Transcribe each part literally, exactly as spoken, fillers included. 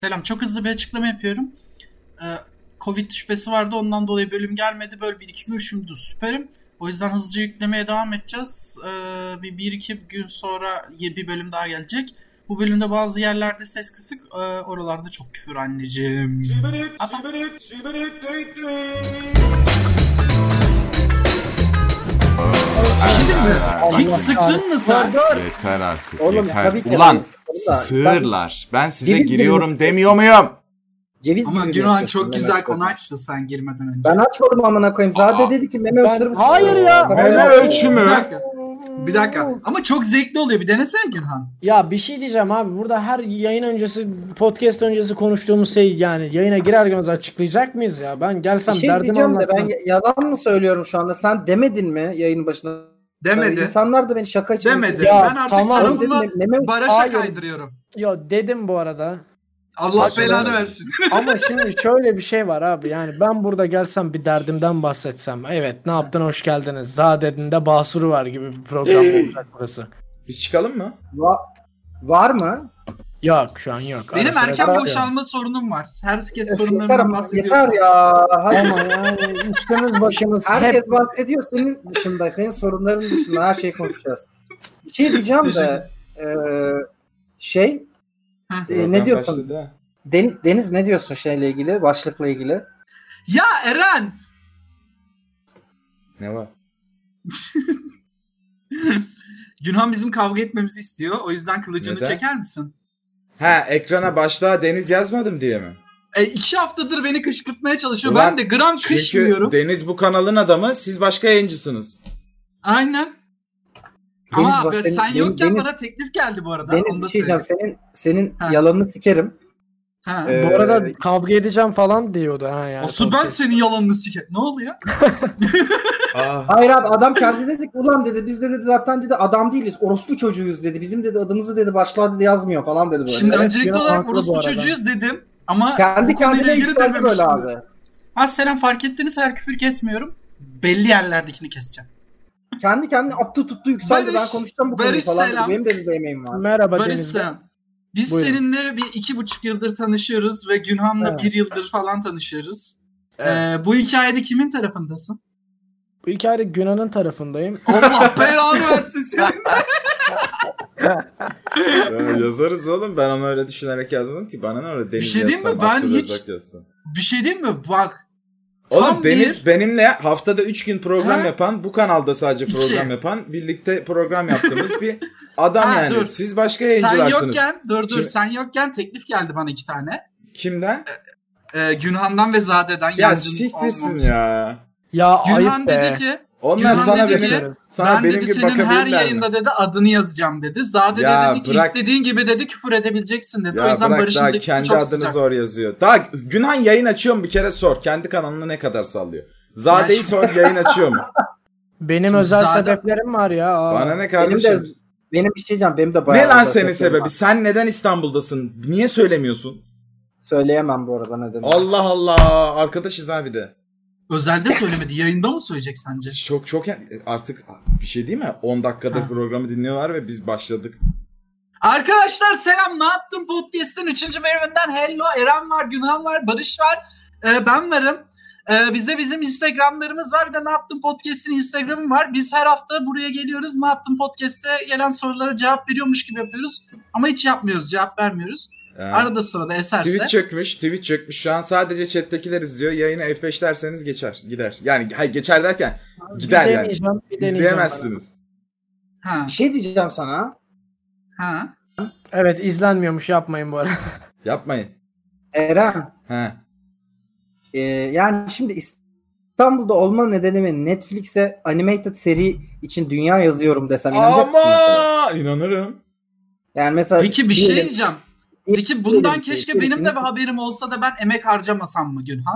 Selam. Çok hızlı bir açıklama yapıyorum. Ee, Covid şüphesi vardı. Ondan dolayı bölüm gelmedi. Böyle bir iki gün şimdi süperim. O yüzden hızlıca yüklemeye devam edeceğiz. Ee, bir, bir iki gün sonra bir bölüm daha gelecek. Bu bölümde bazı yerlerde ses kısık. Ee, oralarda çok küfür anneciğim. Şimdi mi? Hiç sıktın mı sen? Yeter artık. Oğlum, yeter. tabii ki Ulan yani, sığırlar. Ben size Ceviz giriyorum gibi. demiyor muyum? Ceviz Ama gibi Günhan geçiyorsun çok güzel Mehmet konu zaten. açtı sen girmeden önce. Ben açmadım amına koyayım. Zade dedi ki meme ölçülür müsün? Hayır ya. Meme ölçü mü? Bir dakika. Bir dakika. Ama çok zevkli oluyor. Bir denesene Günhan. Ya bir şey diyeceğim abi. Burada her yayın öncesi, podcast öncesi konuştuğumuz şey, yani yayına girerken açıklayacak mıyız ya? Ben gelsem Bir şey derdimi diyeceğim de anlatsam. ben yalan mı söylüyorum şu anda? Sen demedin mi yayının başında? Demedi. İnsanlar da beni şaka için... Demedi. Ya, ben artık tamam. tarafımı Oğlum dedim, meme- Barış'a Hayır. kaydırıyorum. Yo dedim bu arada. Allah Başka belanı da- versin. Ama şimdi şöyle bir şey var abi. Yani ben burada gelsem bir derdimden bahsetsem. Evet, ne yaptın, hoş geldiniz. Zade'nin basuru var gibi bir program olacak burası. Biz çıkalım mı? Va- var mı? Yok, şu an yok. Benim Ara sıra erken bakıyorum. boşalma sorunum var. Herkes Yeter, sorunlarından ama, bahsediyorsun. yeter ya. Hayır. Ama yani üstümüz başımız Herkes hep... bahsediyor senin dışında, senin sorunların dışında her şeyi konuşacağız. Bir şey diyeceğim de e, şey Heh. e, ne Program diyorsun? başladı. Den- Deniz ne diyorsun şeyle ilgili, başlıkla ilgili? Ya Eren! Ne var? Günhan bizim kavga etmemizi istiyor. O yüzden kılıcını Neden? çeker misin? Ha, ekrana başlığa Deniz yazmadım diye mi? E, iki haftadır beni kışkırtmaya çalışıyor. Ulan, ben de gram Çünkü kışmıyorum. Deniz bu kanalın adamı, siz başka yayıncısınız. Aynen. Deniz Ama bak, be- senin- sen Deniz- yokken Deniz- bana teklif geldi bu arada. Deniz Onu da bir şey diyeceğim. söyleyeyim. Senin senin Ha. yalanını sikerim. Ha. Ee, Bu arada kavga edeceğim falan diyordu ha yani. Asıl ben senin yalanını sikerim. Ne oluyor? Aa, Hayır abi, adam kendi dedik ulan dedi, biz de dedi zaten dedi adam değiliz, orospu çocuğuyuz dedi, bizim dedi adımızı dedi başlığa dedi yazmıyor falan dedi böyle. Şimdi Evet, öncelikli Günhan olarak haklı bu orospu arada. çocuğuyuz dedim. Ama Kendi bu konuyla kendine ilgili yükseldi böyle dememiştim. abi. Ha Selam, fark ettiniz, her küfür kesmiyorum. Belli yerlerdekini keseceğim. Kendi kendine attı tuttu yükseldi, Barış, ben konuşacağım bu konuyu Barış, falan selam. dedi. Benim de bir emeğim var. Merhaba Barış Deniz. sen. Biz Buyurun. seninle bir iki buçuk yıldır tanışıyoruz ve Günhan'la Evet. bir yıldır falan tanışıyoruz. Evet. Ee, bu hikayede kimin tarafındasın? Bu hikayede Günhan'ın tarafındayım. Allah belanı versin senin. ya yazarız oğlum, ben onu öyle düşünerek yazmadım ki. Bana ne öyle Deniz Bir şey diyeyim mi? yazsam, Ben Abdülrezzak hiç- yazsam. Bir şey diyeyim mi? Bak. Oğlum Tam Deniz bir- benimle haftada üç gün program Ha? yapan, bu kanalda sadece İki. program yapan, birlikte program yaptığımız bir adam Ha, yani. dur. Siz başka Sen yayıncılarsınız. yokken, dur dur Şimdi- sen yokken teklif geldi bana iki tane. Kimden? Ee, Günhan'dan ve Zade'den. Ya yancın siktirsin olmamış. ya. Ya Günhan ayıp be. dedi ki Onlar Günhan sana dedi benim, ki, sana ben benim dedi gibi senin her bakabilirler mi? yayında dedi adını yazacağım dedi. Zade Ya de dedi ki bırak. istediğin gibi dedi küfür edebileceksin dedi. Ya o yüzden bırak, Barış'ın daha teklifi kendi çok adını sıcak. zor yazıyor. Daha Günhan yayın açıyor mu bir kere sor. Kendi kanalını ne kadar sallıyor. Zade'yi Ya- sor, yayın açıyor mu? Benim Şimdi özel zaten- sebeplerim var ya. Aa. Bana ne Benim kardeşim? de benim bir şey diyeceğim, benim de bayağı Ne lan özel senin sebeplerim sebebi? var. Sen neden İstanbul'dasın? Niye söylemiyorsun? Söyleyemem bu arada neden. Allah Allah. Arkadaşız abi de. Özelde söylemedi. Yayında mı söyleyecek sence? Çok çok artık bir şey değil mi? on dakikadır Ha. programı dinliyorlar ve biz başladık. Arkadaşlar selam. Ne yaptın podcast'in üçüncü bölümünden hello. Eren var, Günhan var, Barış var. Ee, ben varım. Ee, bize bizim Instagram'larımız var. Bir de Ne Yaptın Podcast'in Instagram'ı var. Biz her hafta buraya geliyoruz. Ne Yaptın Podcast'te gelen sorulara cevap veriyormuş gibi yapıyoruz. Ama hiç yapmıyoruz. Cevap vermiyoruz. Yani. Arada sırada eserse. Tweet çökmüş, tweet çökmüş. Şu an sadece chat'tekiler izliyor. Yayını F beş derseniz geçer, gider. Yani hayır, geçer derken gider Bir yani. deneyeceğim, bir deneyeceğim İzleyemezsiniz. Ha. Bir şey diyeceğim sana. Ha. bana. Evet, izlenmiyormuş, yapmayın bu arada. Yapmayın. Eren, He. e, yani şimdi İstanbul'da olma nedenimi Netflix'e animated seri için dünya yazıyorum desem inanacak mısın mesela? Ama inanırım. Yani mesela Peki bir şey diyelim- diyeceğim. diyelim- Peki bundan diyelim ki- keşke diyelim benim ki- de bir haberim olsa da ben emek harcamasam mı Günhan?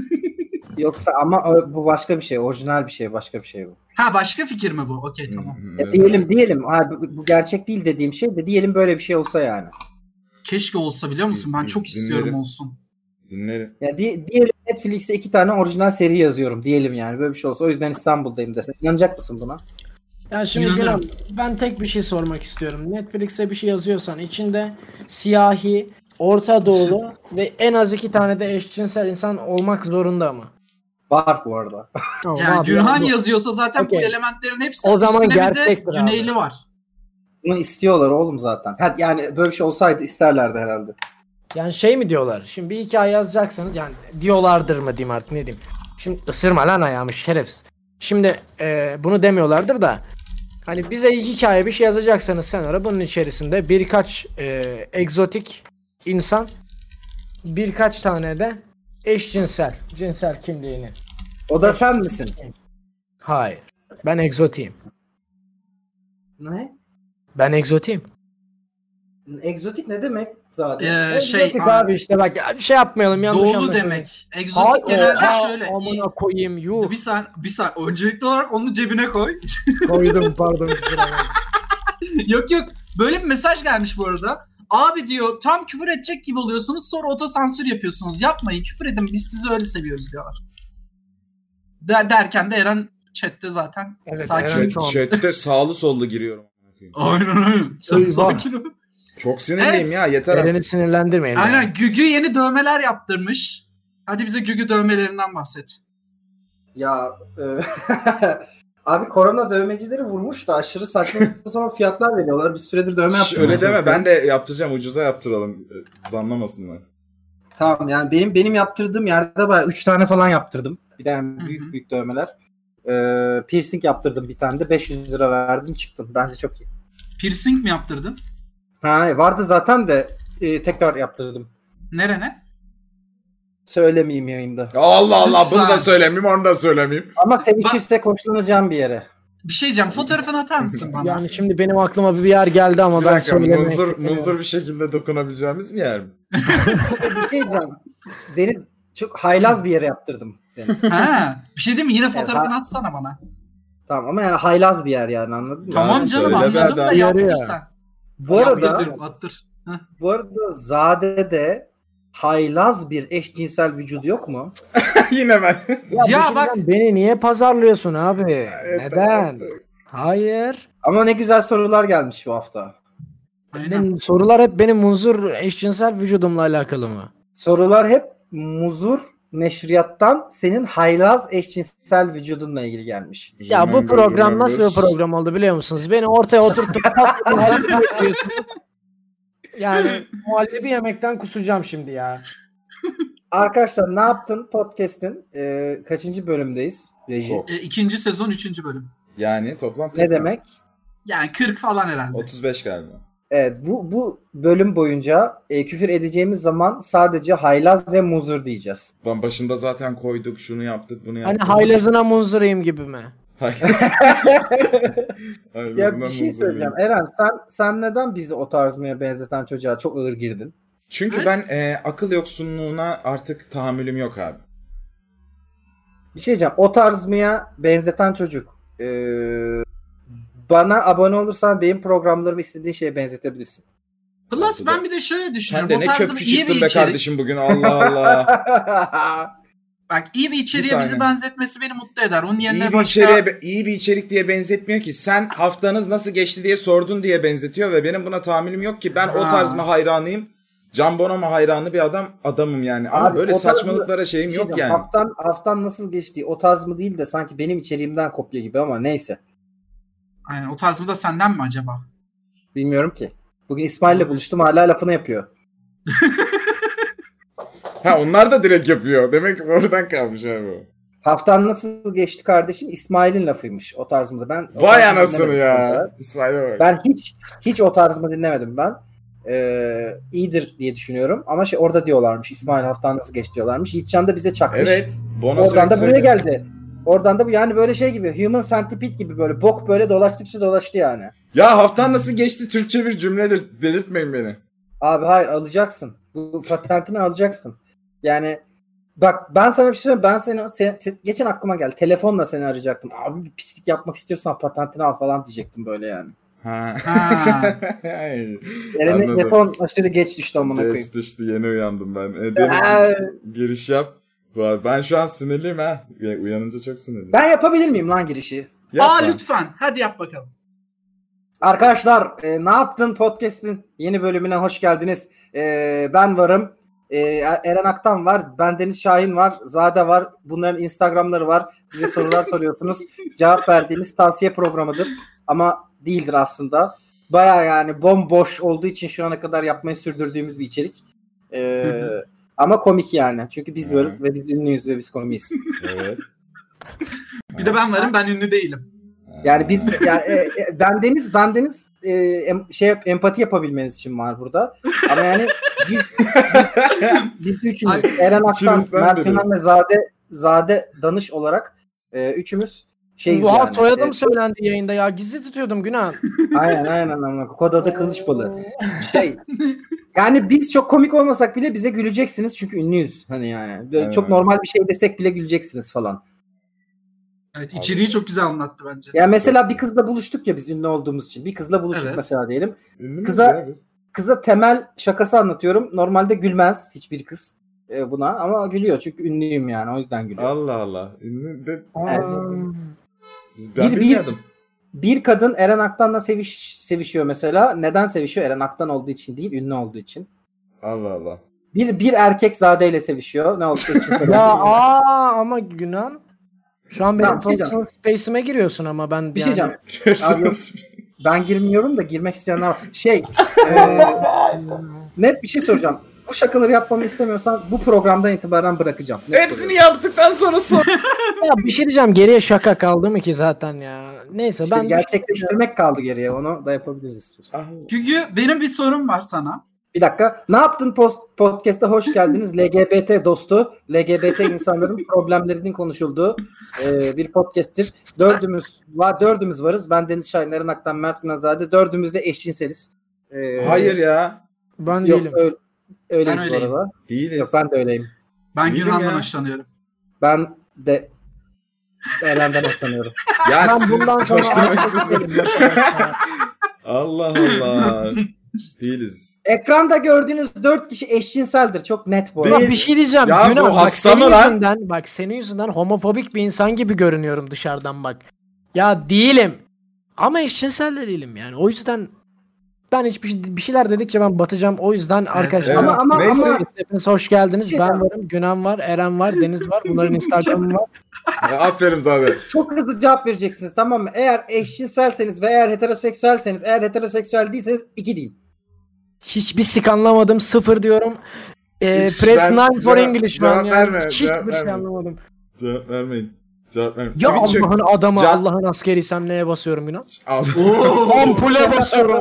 Yoksa ama o- bu başka bir şey, orijinal bir şey, başka bir şey bu. Ha başka fikir mi bu? Okey tamam. Ya diyelim diyelim, ha, bu, bu gerçek değil dediğim şey de diyelim böyle bir şey olsa yani. Keşke olsa biliyor musun? Biz- Ben biz çok istiyorum dinlerim. olsun. Dinlerim. Ya di- diyelim Netflix'e iki tane orijinal seri yazıyorum diyelim yani böyle bir şey olsa, o yüzden İstanbul'dayım desen inanacak mısın buna? Ya şimdi İnanırım. Günhan, ben tek bir şey sormak istiyorum. Netflix'e bir şey yazıyorsan içinde siyahi Orta Doğulu ve en az iki tane de eşcinsel insan olmak zorunda mı? Var bu arada. Tamam, Yani abi, Gülhan bu- yazıyorsa zaten Okey. bu elementlerin hepsi O zaman üstüne bir de gerçektir abi. Güneyli var. Bunu istiyorlar oğlum zaten. Ha, yani böyle bir şey olsaydı isterlerdi herhalde. Yani şey mi diyorlar? Şimdi bir hikaye yazacaksınız yani diyorlardır mı diyeyim artık ne diyeyim. Şimdi ısırma lan ayağımı şerefsiz. Şimdi e, bunu demiyorlardır da hani bize hikaye bir şey yazacaksanız senaryo bunun içerisinde birkaç e, egzotik insan birkaç tane de eşcinsel cinsel kimliğini. O da sen misin? Hayır. Ben egzotiyim. Ne? Ben egzotiyim. Egzotik ne demek zaten? Ee, şey Egzotik abi işte bak bir şey yapmayalım yanlış doğulu anlaşılmayın. demek. Egzotik Hayır, genelde oha, şöyle. amına koyayım yuh. Bir saniye, bir saniye. Öncelikli olarak onu cebine koy. Koydum pardon. kusura bakma. Yok yok. Böyle bir mesaj gelmiş bu arada. Abi diyor tam küfür edecek gibi oluyorsunuz sonra otosansür yapıyorsunuz. Yapmayın küfür edin biz sizi öyle seviyoruz diyorlar. Der, derken de Eren chatte zaten Evet, sakin. Eren Chat, şu an- chatte sağlı sollu giriyorum. Aynen aynen. Sen Eyvah. sakin ol. Çok sinirliyim Evet. ya yeter Eren'i artık. sinirlendirmeyin. Aynen yani. Gügü yeni dövmeler yaptırmış. Hadi bize Gügü dövmelerinden bahset. Ya e, abi korona dövmecileri vurmuş da aşırı saçma sapan fiyatlar veriyorlar. Bir süredir dövme Şş, yaptırıyorum. öyle deme ben de yaptıracağım ucuza yaptıralım. Zanlamasınlar. Tamam yani benim benim yaptırdığım yerde bayağı üç tane falan yaptırdım. Bir de yani Hı hı. büyük büyük dövmeler. Ee, piercing yaptırdım bir tane de beş yüz lira verdim çıktım. Bence çok iyi. Piercing mi yaptırdın? Ha vardı zaten de e, tekrar yaptırdım. Nerene? Söylemeyeyim yayında. Allah Allah bunu da Lütfen. söylemeyeyim onu da söylemeyeyim. Ama sevişirse hoşlanacağım bir yere. Bir şey diyeceğim. Fotoğrafını atar mısın bana? Yani şimdi benim aklıma bir yer geldi ama Bir ben dakika söylemek muzur, istemiyorum. muzur bir şekilde dokunabileceğimiz bir yer mi? Bir şey diyeceğim. Deniz çok haylaz bir yere yaptırdım. Deniz. Ha, bir şey değil mi? Yine Evet, fotoğrafını ha- atsana bana. Tamam ama yani haylaz bir yer yani anladın mı? Tamam Ya canım söyle be anladım da adam. yaptır Ya. sen. Bu arada Yaptır, attır. bu arada Zade'de haylaz bir eşcinsel vücudu yok mu? Yine ben. Ya, Ya bu bak- yüzden beni niye pazarlıyorsun abi? Neden? Hayır. Ama ne güzel sorular gelmiş bu hafta. Aynen. Benim, sorular hep benim muzur eşcinsel vücudumla alakalı mı? Sorular hep Muzur Neşriyat'tan senin haylaz eşcinsel vücudunla ilgili gelmiş. Ya bu program nasıl bir program oldu biliyor musunuz? Beni ortaya oturtup tatlı muhallebi yapıyorsunuz. Yani muhallebi yemekten kusacağım şimdi ya. Arkadaşlar ne yaptın podcast'in? Ee, kaçıncı bölümdeyiz? Reji. Çok. E, ikinci sezon üçüncü bölüm. Yani toplam Ne demek? Yani kırk falan herhalde. otuz beş galiba. Evet bu bu bölüm boyunca e, küfür edeceğimiz zaman sadece haylaz ve muzur diyeceğiz. Lan başında zaten koyduk şunu yaptık bunu Hani yaptık. haylazına munzurayım gibi mi? Haylaz. Ya bir şey söyleyeceğim. Eren sen sen neden bizi o tarzmaya benzeten çocuğa çok ağır girdin? Çünkü Evet. ben e, akıl yoksunluğuna artık tahammülüm yok abi. Bir şey diyeceğim. O tarzmaya benzeten çocuk. Ee, bana abone olursan benim programlarımı istediğin şeye benzetebilirsin. Plus ben bir de şöyle düşünüyorum. Sen de O ne tarzı çöpçü iyi bir çıktın be içerik. kardeşim bugün Allah Allah. Bak iyi bir Bir içeriğe tane. bizi benzetmesi beni mutlu eder. Onun yerine iyi bir başka... içeriğe, iyi bir içerik diye benzetmiyor ki. Sen haftanız nasıl geçti diye sordun diye benzetiyor ve benim buna tahammülüm yok ki. Ben o Ha. tarzıma hayranıyım. Can Bonomo hayranı bir adam adamım yani. Ama Abi, böyle o tarzı- saçmalıklara şeyim Bir şey yok diyeceğim, yani. Haftan, haftan nasıl geçtiği o tarz mı değil de sanki benim içeriğimden kopya gibi ama neyse. Aynen, o tarz mı da senden mi acaba? Bilmiyorum ki. Bugün İsmail'le buluştum hala lafını yapıyor. Ha onlar da direkt yapıyor. Demek ki oradan kalmış abi o. Haftan nasıl geçti kardeşim? İsmail'in lafıymış o tarzımda. Ben o Vay tarzımı anasını dinlemedim ya. orada. İsmail'e bak. Ben hiç hiç o tarzımı dinlemedim ben. Ee, iyidir diye düşünüyorum. Ama şey orada diyorlarmış. İsmail haftan nasıl geçti diyorlarmış. Yiğitcan da bize çakmış. Evet. Bono Oradan da sürekli buraya söylüyor. geldi. Oradan da bu yani böyle şey gibi. Human Centipede gibi böyle bok böyle dolaştıkça dolaştı yani. Ya haftan nasıl geçti Türkçe bir cümledir. Delirtmeyin beni. Abi hayır alacaksın. Bu patentini alacaksın. Yani bak ben sana bir şey söyleyeyim. Ben seni sen, sen- geçen aklıma geldi. Telefonla seni arayacaktım. Abi bir pislik yapmak istiyorsan patentini al falan diyecektim böyle yani. Ha. Ha. Eren'in Anladım. telefon aşırı geç düştü amına koyayım. Geçti işte yeni uyandım ben. E, Aa, Deniz, giriş yap. Var. Ben şu an sinirliyim ha. Uyanınca çok sinirliyim. Ben yapabilir miyim lan girişi? Yap Aa lan. lütfen. Hadi yap bakalım. Arkadaşlar e, ne yaptın podcast'in yeni bölümüne hoş geldiniz. E, ben varım. E, Eren Aktan var. Ben Deniz Şahin var. Zade var. Bunların Instagram'ları var. Bize sorular soruyorsunuz. Cevap verdiğimiz tavsiye programıdır. Ama değildir aslında. Baya yani bomboş olduğu için şu ana kadar yapmayı sürdürdüğümüz bir içerik. E, ama komik yani. Çünkü biz varız ve biz ünlüyüz ve biz komiyiz. Evet. Bir de ben varım, ben ünlü değilim. Yani biz yani e, e, bendeniz bendeniz e, em, şey empati yapabilmeniz için var burada. Ama yani biz, biz üçümüz Eren Aktan, Mert Yunan ve Zade Zade Danış olarak e, üçümüz şeyiz Oha, yani. soyadım E, söylendi yayında ya. Gizli tutuyordum Günah. Aynen aynen ama kod adı kılıç balı. Şey yani biz çok komik olmasak bile bize güleceksiniz çünkü ünlüyüz hani yani. Böyle Evet. çok normal bir şey desek bile güleceksiniz falan. Evet, içeriği çok güzel anlattı bence. Yani mesela bir kızla buluştuk ya biz ünlü olduğumuz için. Bir kızla buluştuk Evet. mesela diyelim. Ünlü Kıza- müyüz ya biz? Kıza temel şakası anlatıyorum. Normalde gülmez hiçbir kız e, buna ama gülüyor çünkü ünlüyüm yani o yüzden gülüyor. Allah Allah. Ünlü de... Evet. Biz, ben Bir- bir- bilmiyordum. Bir kadın Eren Aktan'la seviş, sevişiyor mesela. Neden sevişiyor? Eren Aktan olduğu için değil, ünlü olduğu için. Allah Allah. Bir bir erkek zadeyle sevişiyor. Ne olduğu için. Ya aa ama Günah. Şu an benim Tamam, bir şey personal space'ime giriyorsun ama ben Bir şey yani... diyeceğim. Abi, ben girmiyorum da girmek isteyenler var. Şey, e, net bir şey soracağım. Bu şakaları yapmamı istemiyorsan bu programdan itibaren bırakacağım. Net Hepsini soruyorum. yaptıktan sonra sor. Ya bir şey diyeceğim, geriye şaka kaldı mı ki zaten ya. Neyse İşte ben... gerçekleştirmek kaldı geriye. Onu da yapabiliriz istiyorsan. Çünkü benim bir sorum var sana. Bir dakika. Ne yaptın post podcast'a hoş geldiniz. L G B T dostu. L G B T insanların problemlerinin konuşulduğu e, bir podcast'tir. Dördümüz var, dördümüz varız. Ben Deniz Şahin, Eren Aktan, Mert Günazade. Dördümüz de eşcinseliz. E, Hayır ya. Ben Yok değilim. öyle, öyleyiz Ben bu öyleyim. arada. Değiliz. Yok ben de öyleyim. Ben Değilim Günhan'dan ya. hoşlanıyorum. Ben de Eren'den hoşlanıyorum. Ya Ben siz bundan sonra hoşlanmak artık istiyorsunuz. değilim arkadaşlar. Allah Allah. Değiliz. Ekranda gördüğünüz dört kişi eşcinseldir. Çok net bu arada. Değil. Bir şey diyeceğim. Ya bu Günah, bak hasta senin mı lan? yüzünden, bak senin yüzünden homofobik bir insan gibi görünüyorum dışarıdan bak. Ya değilim. Ama eşcinsel de değilim yani. O yüzden ben hiçbir şey, bir şeyler dedikçe ben batacağım. O yüzden arkadaşlar. evet. Ama ama Neyse. ama Hepiniz hoş geldiniz. Şey Ben ya. varım, Günhan var, Eren var, Deniz var. Bunların Instagram'ı var. Ya, aferin zaten. çok hızlı cevap vereceksiniz, tamam mı? Eğer eşcinselseniz ve eğer heteroseksüelseniz, eğer heteroseksüel değilseniz iki deyin. Hiçbir sik anlamadım. Sıfır diyorum. Ee, press Ben- nine for cevap- English cevap ben yani. verme, Hiçbir cevap şey verme. anlamadım. Cevap vermeyin. Cevap vermeyin. Ya Twitch yok. Allah'ın adamı, Can- Allah'ın askeriysem neye basıyorum Günhan? Al. Ampule basıyorum.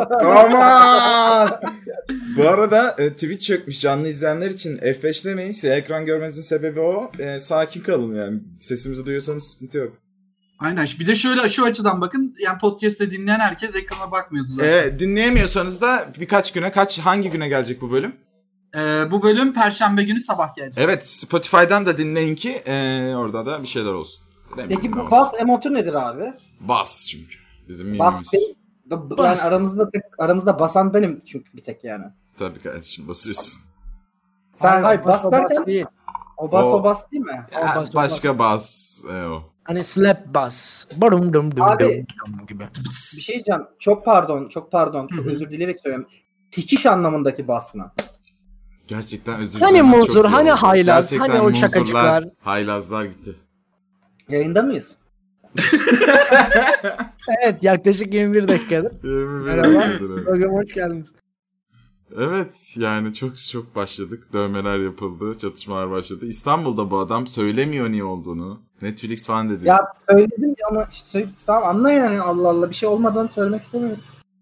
Aman! Bu arada e, Twitch çökmüş canlı izleyenler için F beş demeyin. Siyah ekran görmenizin sebebi o. E, sakin kalın yani. Sesimizi duyuyorsanız sıkıntı yok. Aynen. Bir de şöyle şu açıdan bakın. Yani podcast'te dinleyen herkes ekrana bakmıyordu zaten. E, dinleyemiyorsanız da birkaç güne, kaç hangi güne gelecek bu bölüm? Ee, bu bölüm Perşembe günü sabah gelecek. Evet, Spotify'dan da dinleyin ki e, orada da bir şeyler olsun. Demeyeyim, Peki ne bu olsun. bas emotu nedir abi? Bas çünkü. Bizim Bas yerimiz. değil. B- b- Bas. Yani aramızda tek, aramızda basan benim çünkü bir tek yani. Tabii kardeşim basıyorsun. Sen hayır, bas, bas derken değil. o bas o, O- bas değil mi? Ya, bas, o başka bas. E, o. Hani slap bas. Barum dum dum Abi- dum dum gibi. Bir şey diyeceğim. Çok pardon, çok pardon. Çok Hı hı. özür dileyerek söylüyorum. Sikiş anlamındaki bas mı? Gerçekten özür Hani dilerim. muzur, çok iyi hani oldu. haylaz, Gerçekten hani o muzurlar, şakacıklar. haylazlar gitti. Yayında mıyız? Evet, yaklaşık yirmi bir dakikadır. yirmi bir Merhaba. dakikadır. Programa hoş geldiniz. Evet yani çok çok başladık. Dövmeler yapıldı. Çatışmalar başladı. İstanbul'da bu adam söylemiyor niye olduğunu. Netflix falan dedi. Ya söyledim ya ama işte söyle, tamam anla yani Allah Allah bir şey olmadığını söylemek istemiyorum.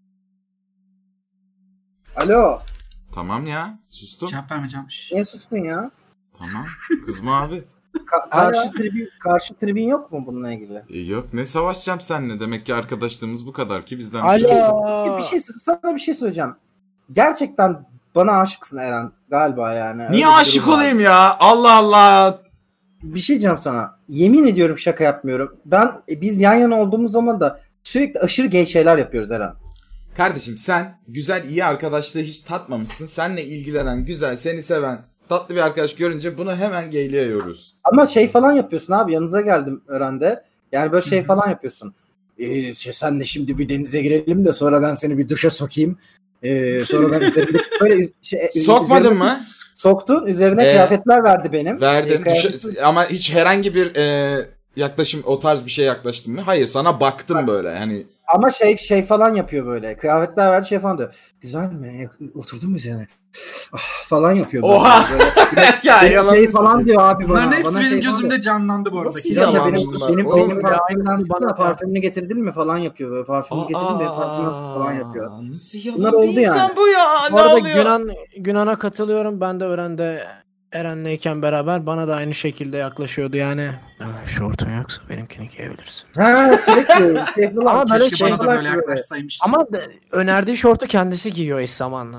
Alo. Tamam ya sustum. Cevap vermeyeceğim. Niye sustun ya? Tamam. Kızma abi. Ka- karşı tribün karşı tribün yok mu bununla ilgili? E, yok ne savaşacağım seninle. Demek ki arkadaşlığımız bu kadar ki bizden bir şey. Alo. Bir şey sana bir şey söyleyeceğim. Gerçekten bana aşıksın Eren galiba yani. Öyle Niye bir aşık durum var. olayım ya? Allah Allah. Bir şey diyeceğim sana. Yemin ediyorum şaka yapmıyorum. Ben e, biz yan yana olduğumuz zaman da sürekli aşırı gay şeyler yapıyoruz Eren. Kardeşim sen güzel iyi arkadaşlığı hiç tatmamışsın. Seninle ilgilenen, güzel, seni seven, tatlı bir arkadaş görünce bunu hemen gayliyoruz. Ama şey falan yapıyorsun abi yanınıza geldim Eren'de. Yani böyle şey falan yapıyorsun. Ee, şey, sen de şimdi bir denize girelim de sonra ben seni bir duşa sokayım. Ee, sonra ben üzerine, böyle şey, Sokmadın üzerine, mı? Soktun. Üzerine Ee, kıyafetler verdi benim. Verdim. Ee, kıyafet... Düşe- ama hiç herhangi bir e, yaklaşım, o tarz bir şey yaklaştın mı? Hayır, sana baktım Bak. böyle hani. Ama şey şey falan yapıyor böyle. Kıyafetler verdi şey falan diyor. Güzel mi? Oturdun mu üzerine? Ah, falan yapıyor. Böyle. Oha! Böyle, Ya şey, yalan şey falan diyor abi Bunların bana. hepsi bana benim şey gözümde falan canlandı bu arada. Nasıl Kesin diyor. yalan benim bunlar? benim Oğlum, benim ya, parfümden aynısını sıksana, bana- parfümünü getirdin mi falan yapıyor. Böyle parfümünü getirdin mi parfümden sık falan yapıyor. Nasıl Bunlar yalan bir oldu insan yani. bu ya? Bu Ne arada oluyor? Günan, Günan'a katılıyorum. Ben de öğrende Eren'leyken beraber bana da aynı şekilde yaklaşıyordu yani. "Ah, şortun yoksa benimkini giyebilirsin." Ha sürekli. Sürekli lan. Ama böyle Keşke şey bana da falan böyle yapıyor. yaklaşsaymış. Ama de- önerdiği şortu kendisi giyiyor eş zamanlı.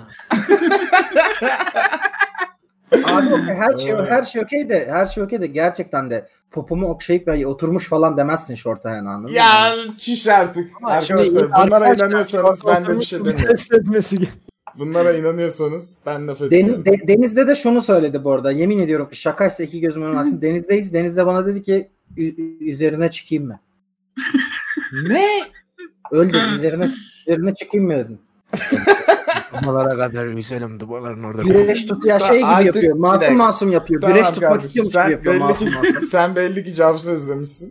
Abi okey, her şey her şey okey de her şey okey de gerçekten de popomu okşayıp ya, oturmuş falan demezsin şorta yani, anladın mı? Ya çiş artık. Ama şimdi Arkadaşlar bunlara arkadaşlar, inanıyorsanız şorta ben de bir şey oturmuş demiyorum. test etmesi gibi. Bunlara inanıyorsanız ben laf Deniz, etmiyorum. de- Deniz'de de şunu söyledi bu arada. Yemin ediyorum ki şakaysa iki gözüm önüne Deniz'deyiz. Deniz'de bana dedi ki "Ü- üzerine çıkayım mı? Ne? Öldü üzerine üzerine çıkayım mı dedim. Dubalara kadar yüzelim, dubaların orada. Güreş tut ya şey gibi Artık yapıyor. bir Masum dakika. masum yapıyor. Tamam Güreş tutmak kardeşim, istiyormuş sen gibi yapıyor. belli Masum ki, masum. sen belli ki Jaws'ı özlemişsin.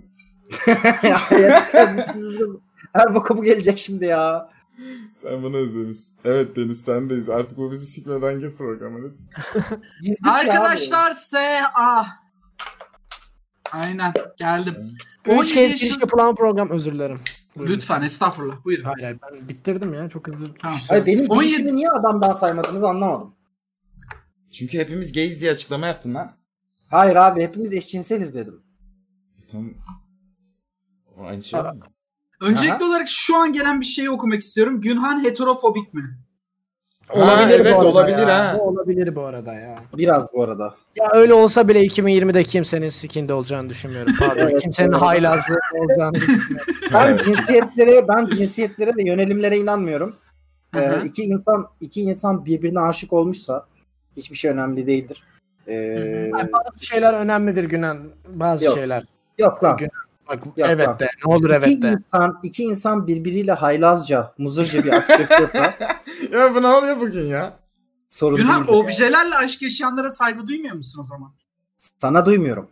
Her boka bu gelecek şimdi ya. Sen bunu özlemişsin. Evet Deniz, sendeyiz. Artık bu bizi sikmeden gir programı. Girdik ya abi. Arkadaşlar S A. Aynen geldim. Üç on kez yedi giriş yaşın... yapılan program, özür dilerim. Buyurun. Lütfen estağfurullah buyurun. Hayır hayır, ben bitirdim ya, çok hızlı. Tamam. Hayır, benim on yedi girişimi niye adamdan saymadınız anlamadım. Çünkü hepimiz gays diye açıklama yaptın lan. Hayır abi hepimiz eşcinseliz dedim. Tamam. O aynı şey mi? Öncelikli Aha. olarak şu an gelen bir şeyi okumak istiyorum. Günhan heterofobik mi? Ha, evet bu arada olabilir ya. ha. Bu olabilir bu arada ya. Biraz bu arada. Ya öyle olsa bile iki bin yirmide kimsenin sikinde olacağını düşünmüyorum. Pardon. Evet, kimsenin doğru. haylazlığı olacağını düşünmüyorum. Ben Evet. cinsiyetlere, ben cinsiyetlere ve yönelimlere inanmıyorum. Hı Ee, hı. iki insan iki insan birbirine aşık olmuşsa hiçbir şey önemli değildir. Ee, Yani bazı şeyler önemlidir Günan. Bazı Yok. şeyler. yok lan. Gün- Bak Yok, evet yok. de. Ne olur evet İki de. insan iki insan birbiriyle haylazca, muzurca bir aşk yaşıyorsa Ya bu ne oluyor bugün ya? sorun Günhan değildir. objelerle aşk yaşayanlara saygı duymuyor musun o zaman? Sana duymuyorum.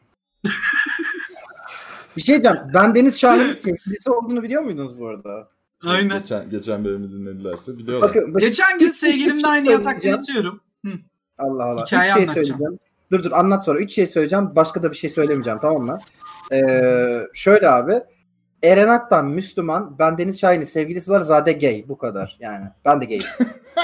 Bir şey diyeceğim. Ben Deniz Şahin'in sevgilisi olduğunu biliyor muydunuz bu arada? Aynen. Geçen, geçen bölümü dinledilerse biliyorlar. Bakın, bakın Geçen gün sevgilimle aynı yatakta söyleyeceğim. yatıyorum. Hı. Allah Allah. Hikaye Üç şey anlatacağım. söyleyeceğim. Dur dur anlat sonra. Üç şey söyleyeceğim. Başka da bir şey söylemeyeceğim, tamam mı? Ee, şöyle abi. Eren Aktan Müslüman. Ben Deniz Şahin'in sevgilisi var. Zade gay. Bu kadar yani. Ben de gayim.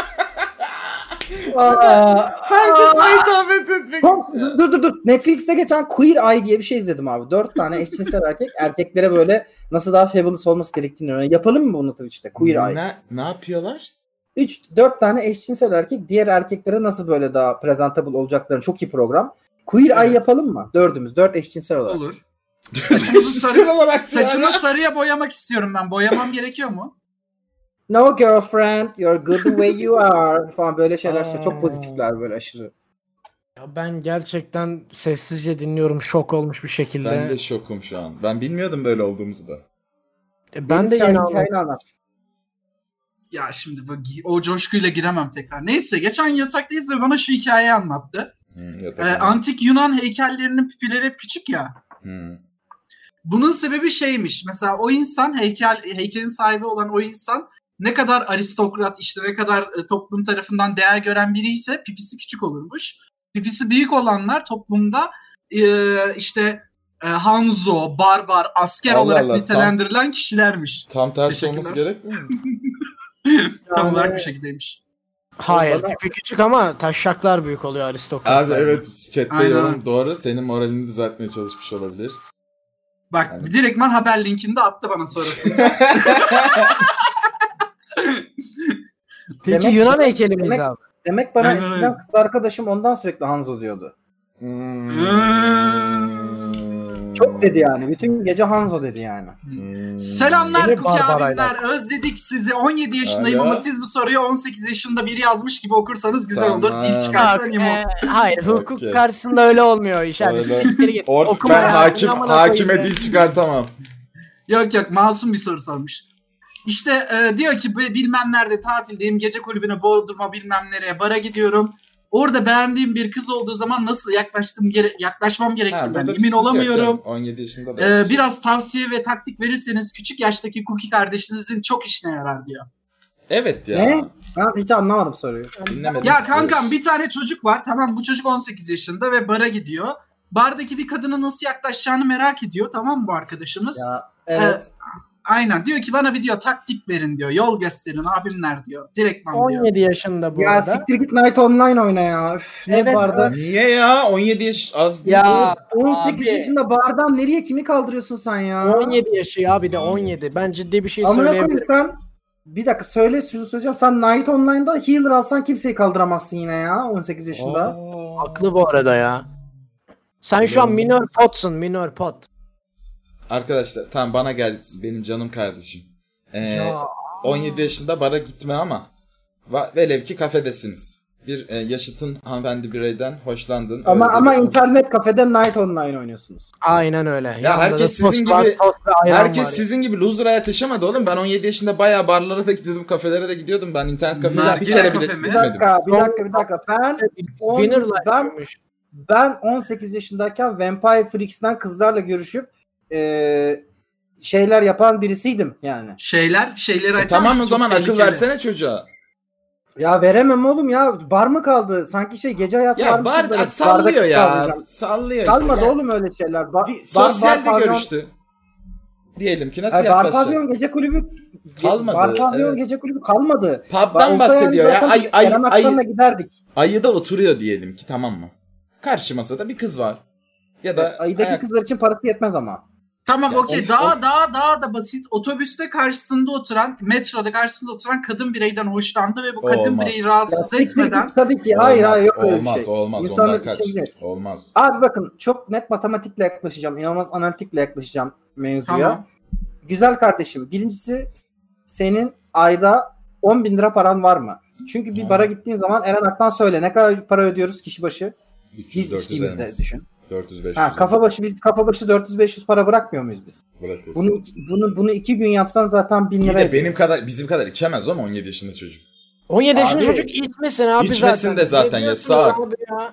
Herkese hitap etmek Tom, istiyor. dur dur dur. Netflix'te geçen Queer Eye diye bir şey izledim abi. Dört tane eşcinsel erkek erkeklere böyle nasıl daha fabulous olması gerektiğini öğreniyor. Yapalım mı bunu Twitch'te? Queer Eye. Ne, ne yapıyorlar? üç dört tane eşcinsel erkek diğer erkeklere nasıl böyle daha presentable olacaklarını, çok iyi program. Queer Eye Evet. yapalım mı? Dördümüz. Dört eşcinsel olarak. Olur. Saçımızı sarı, Sen olarak saçımı yani. sarıya boyamak istiyorum ben. Boyamam gerekiyor mu? No girlfriend, you're good the way you are falan böyle şeyler. Aa. Çok pozitifler böyle aşırı. Ya ben gerçekten sessizce dinliyorum, şok olmuş bir şekilde. Ben de şokum şu an. Ben bilmiyordum böyle olduğumuzu da. E, ben Deniz de Şahin yeni anladım. hikayeni anlat. Ya şimdi bu, o coşkuyla giremem tekrar. Neyse geçen yataktayız ve bana şu hikayeyi anlattı. Hmm, Ee, yatak- antik Yunan heykellerinin pipileri hep küçük ya. Hmm. Bunun sebebi şeymiş. Mesela o insan heykel heykelin sahibi olan o insan ne kadar aristokrat, işte ne kadar e, toplum tarafından değer gören biri ise pipisi küçük olurmuş. Pipisi büyük olanlar toplumda e, işte e, Hanzo, barbar, asker Allah olarak Allah, nitelendirilen kişilermiş. Tam tersi Teşekkürler. olması gerekmiyor mu? Tam Yani- olarak bu şekildeymiş. Hayır, Bana- pipi küçük ama taşaklar büyük oluyor aristokratlar. Abi evet, chatte Aynen. yorum doğru. Senin moralini düzeltmeye çalışmış olabilir. Bak Yani- direktman haber linkini de attı bana sonrasında. Peki Demek- Yunan demek- heykeli miyiz demek- abi? Demek bana Aynen eskiden öyle. kız arkadaşım ondan sürekli Hanzo diyordu. Hmm. Çok dedi yani. Bütün gece Hanzo dedi yani. Hmm. Selamlar Seni Kuki barbaraylar. abiler. Özledik sizi. on yedi yaşındayım Alo. ama siz bu soruyu on sekiz yaşında biri yazmış gibi okursanız güzel Tamam. olur. Dil çıkartan Bak, emote. e, hayır, hukuk Okey. karşısında öyle olmuyor iş. Hadi Öyle. siktir git. Or- Okuma ben ya, hakim amına hakime koyayım dil çıkartamam. Yok yok masum bir soru sormuş. İşte e, diyor ki bilmem nerede tatildeyim, gece kulübüne, Bodrum'a bilmem nereye bara gidiyorum. Orada beğendiğim bir kız olduğu zaman nasıl yaklaştım gere- yaklaşmam gerektiğinden yani emin olamıyorum. on yedi yaşında da. Ee, biraz tavsiye ve taktik verirseniz küçük yaştaki Cookie kardeşinizin çok işine yarar diyor. Evet ya. Ne? Ben hiç anlamadım soruyu. Dinlemedim. Ya kankam bir tane çocuk var, tamam, bu çocuk on sekiz yaşında ve bara gidiyor. Bardaki bir kadına nasıl yaklaşacağını merak ediyor, tamam mı bu arkadaşımız? Ya evet. Ee, aynen diyor ki bana bir diyor taktik verin diyor, yol gösterin abimler diyor. Direktman diyor. on yedi yaşında bu ya arada. siktir git Night Online oyna ya. Üf, ne Evet, barda. Niye ya? on yedi yaş az değil. Ya on sekiz abi. yaşında bardan nereye kimi kaldırıyorsun sen ya? on yedi yaşı ya, bir de on yedi. Ben ciddi bir şey Amına koyayım söyleyebilirim. sen. Bir dakika söyle şunu söyleyeceğim. Sen Night Online'da healer alsan kimseyi kaldıramazsın yine ya on sekiz yaşında. Aa. Haklı bu arada ya. Sen şu an minor potsun, minor pot. Arkadaşlar tamam bana geldi siz, benim canım kardeşim. Ee, Ya. on yedi yaşında bara gitme ama va- velev ki kafedesiniz. Bir e, yaşıtın hanımefendi bireyden hoşlandın. Ama öyle ama bir- internet kafede Night Online oynuyorsunuz. Aynen öyle. Ya Yanında herkes da tost sizin var, gibi tost ve ayran herkes var. sizin gibi loser hayat yaşamadı oğlum. Ben on yedi yaşında bayağı barlara da gidiyordum, kafelere de gidiyordum. Ben internet kafelere bir Nargile kere kafe bile mi? Bir gitmedim. dakika, bir dakika, bir dakika. Ben on, Winner Life ben mıymış? ben on sekiz yaşındayken Vampire Freaks'ten kızlarla görüşüp eee şeyler yapan birisiydim yani. Şeyler, şeyleri E açar tamam mısın? o zaman Çok akıl tehlikeli. versene çocuğa. Ya veremem oğlum ya. Bar mı kaldı? Sanki şey gece hayatı Ya varmış bar gibi böyle sallıyor barda kız ya. kaldıracağım. Sallıyor işte. Kalmadı Ya. oğlum öyle şeyler. Ba- Bir bar- sosyalde bar pavyon- görüştü. Diyelim ki nasıl Ay, bar yaklaşacak? pavyon gece kulübü Kalmadı, Bar pavyon evet. gece kulübü kalmadı. Pub'dan Olsa bahsediyor yani ya. zaten Ay ay Eren ay. Aktan'la giderdik. Ayıda oturuyor diyelim ki, tamam mı? Karşı masada bir kız var. Ya da Ayıdaki ayak- kızlar için parası yetmez ama. Tamam Ya okey, on- daha daha daha da basit. Otobüste karşısında oturan, metroda karşısında oturan kadın bireyden hoşlandı ve bu O kadın olmaz. bireyi Ya rahatsız siktir etmeden git, tabii ki. Hayır Olmaz, hayır yok öyle olmaz, bir şey. Olmaz İnsanlar onlar kaç. şey değil. Olmaz. Abi bakın çok net matematikle yaklaşacağım. İnanılmaz analitikle yaklaşacağım mevzuya. Tamam. Güzel kardeşim. Birincisi senin ayda on bin lira paran var mı? Çünkü bir Ha. bara gittiğin zaman Eren Aktan söyle ne kadar para ödüyoruz kişi başı? üç yüz Biz dört yüz içtiğimizde elimiz. düşün. dört yüz beş yüz. Ha, kafa başı biz kafa başı dört yüz beş yüz para bırakmıyor muyuz biz? Bırakıyoruz. Bunu bunu bunu iki gün yapsan zaten bin İyi lira. de benim kadar bizim kadar içemez ama on yedi yaşında çocuk. on yedi yaşında Abi- çocuk içmesin abi İçmesin zaten. de zaten, Ne diyorsunuz yasak. abi Ya,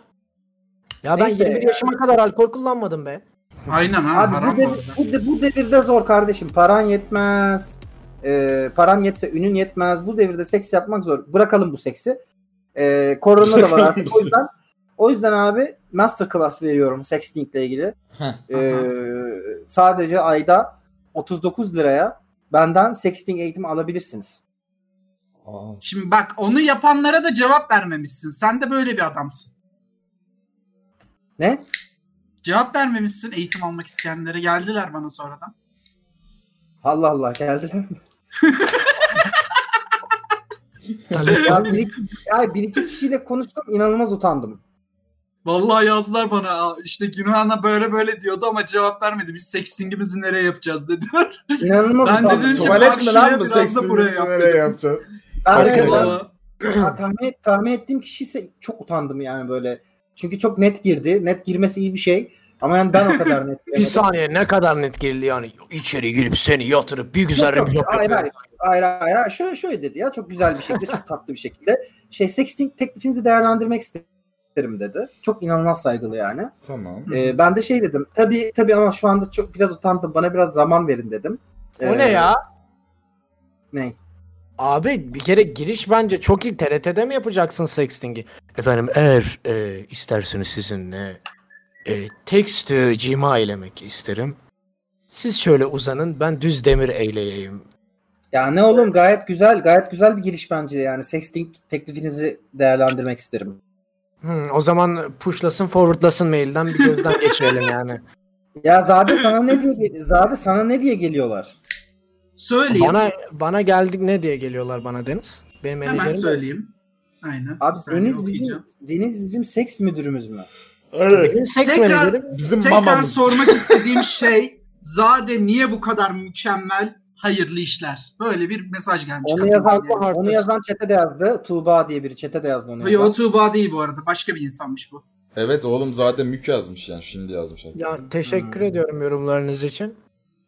ya ben Neyse. yirmi bir yaşıma kadar alkol kullanmadım be. Aynen ha, Abi haram bu, bu devir, arada. bu, de- bu devirde zor kardeşim. Paran yetmez. Ee, paran yetse ünün yetmez. Bu devirde seks yapmak zor. Bırakalım bu seksi. Ee, korona da var artık. Bırakalım o bu yüzden o yüzden abi masterclass veriyorum sexting ile ilgili. Heh. Ee, sadece ayda otuz dokuz liraya benden sexting eğitimi alabilirsiniz. Aa. Şimdi bak, onu yapanlara da cevap vermemişsin. Sen de böyle bir adamsın. Ne? Cevap vermemişsin eğitim almak isteyenlere. Geldiler bana sonradan. Allah Allah geldiler mi? ya, bir iki, ya bir iki kişiyle konuştum, inanılmaz utandım. Vallahi yazdılar bana. "Aa, işte Günhan'a böyle böyle diyordu ama cevap vermedi. Biz sextingimizi nereye yapacağız dediler. İnanılmaz Ben utandım. dedim ki, Tuvalet bak mi şuraya lan bu biraz da seksini buraya biz yap nereye dedim. yapacağız? Ben, Harika. Vallahi. Ha, tahmin, tahmin ettiğim kişi ise çok utandım yani böyle. Çünkü çok net girdi. Net girmesi iyi bir şey. Ama yani ben o kadar net Bir giremedim. saniye ne kadar net girildi yani. İçeri girip seni yatırıp bir güzel Yok, bir yok, hayır, yapıyor. hayır, hayır, hayır. Şöyle, şöyle dedi ya, çok güzel bir şekilde, çok tatlı bir şekilde. Şey, sexting teklifinizi değerlendirmek isterim dedi. Çok inanılmaz saygılı yani. Tamam. Ee, ben de şey dedim. Tabii tabii ama şu anda çok biraz utandım. Bana biraz zaman verin dedim. O Ee, ne ya? Ne? Abi bir kere giriş bence çok iyi. T R T'de mi yapacaksın sexting'i? Efendim eğer e, isterseniz sizinle e, tekstü cima eylemek isterim. Siz şöyle uzanın, ben düz demir eyleyeyim. Ya ne oğlum, gayet güzel, gayet güzel bir giriş bence yani. Sexting teklifinizi değerlendirmek isterim. Hmm, o zaman pushlasın forwardlasın mailden bir gözden geçirelim yani. Ya Zade sana ne diye Zade sana ne diye geliyorlar? Söyleyeyim. Bana bana geldik ne diye geliyorlar bana Deniz? Benim Hemen menajerim de- söyleyeyim. Aynen. Abi Bir saniye Deniz okuyacağım. bizim Deniz bizim seks müdürümüz mü? Benim seks Tekrar- menajerim. Bizim Tekrar mamamız. sormak istediğim şey, Zade niye bu kadar mükemmel, hayırlı işler? Böyle bir mesaj gelmiş. Onu Katılım yazan diye. Artık. onu yazan chat'e de yazdı. Tuğba diye biri chat'e de yazdı onu. Yo, yazan. Tuğba değil bu arada. Başka bir insanmış bu. Evet oğlum zaten mük yazmış yani, şimdi yazmış. Ya teşekkür Hmm. ediyorum yorumlarınız için.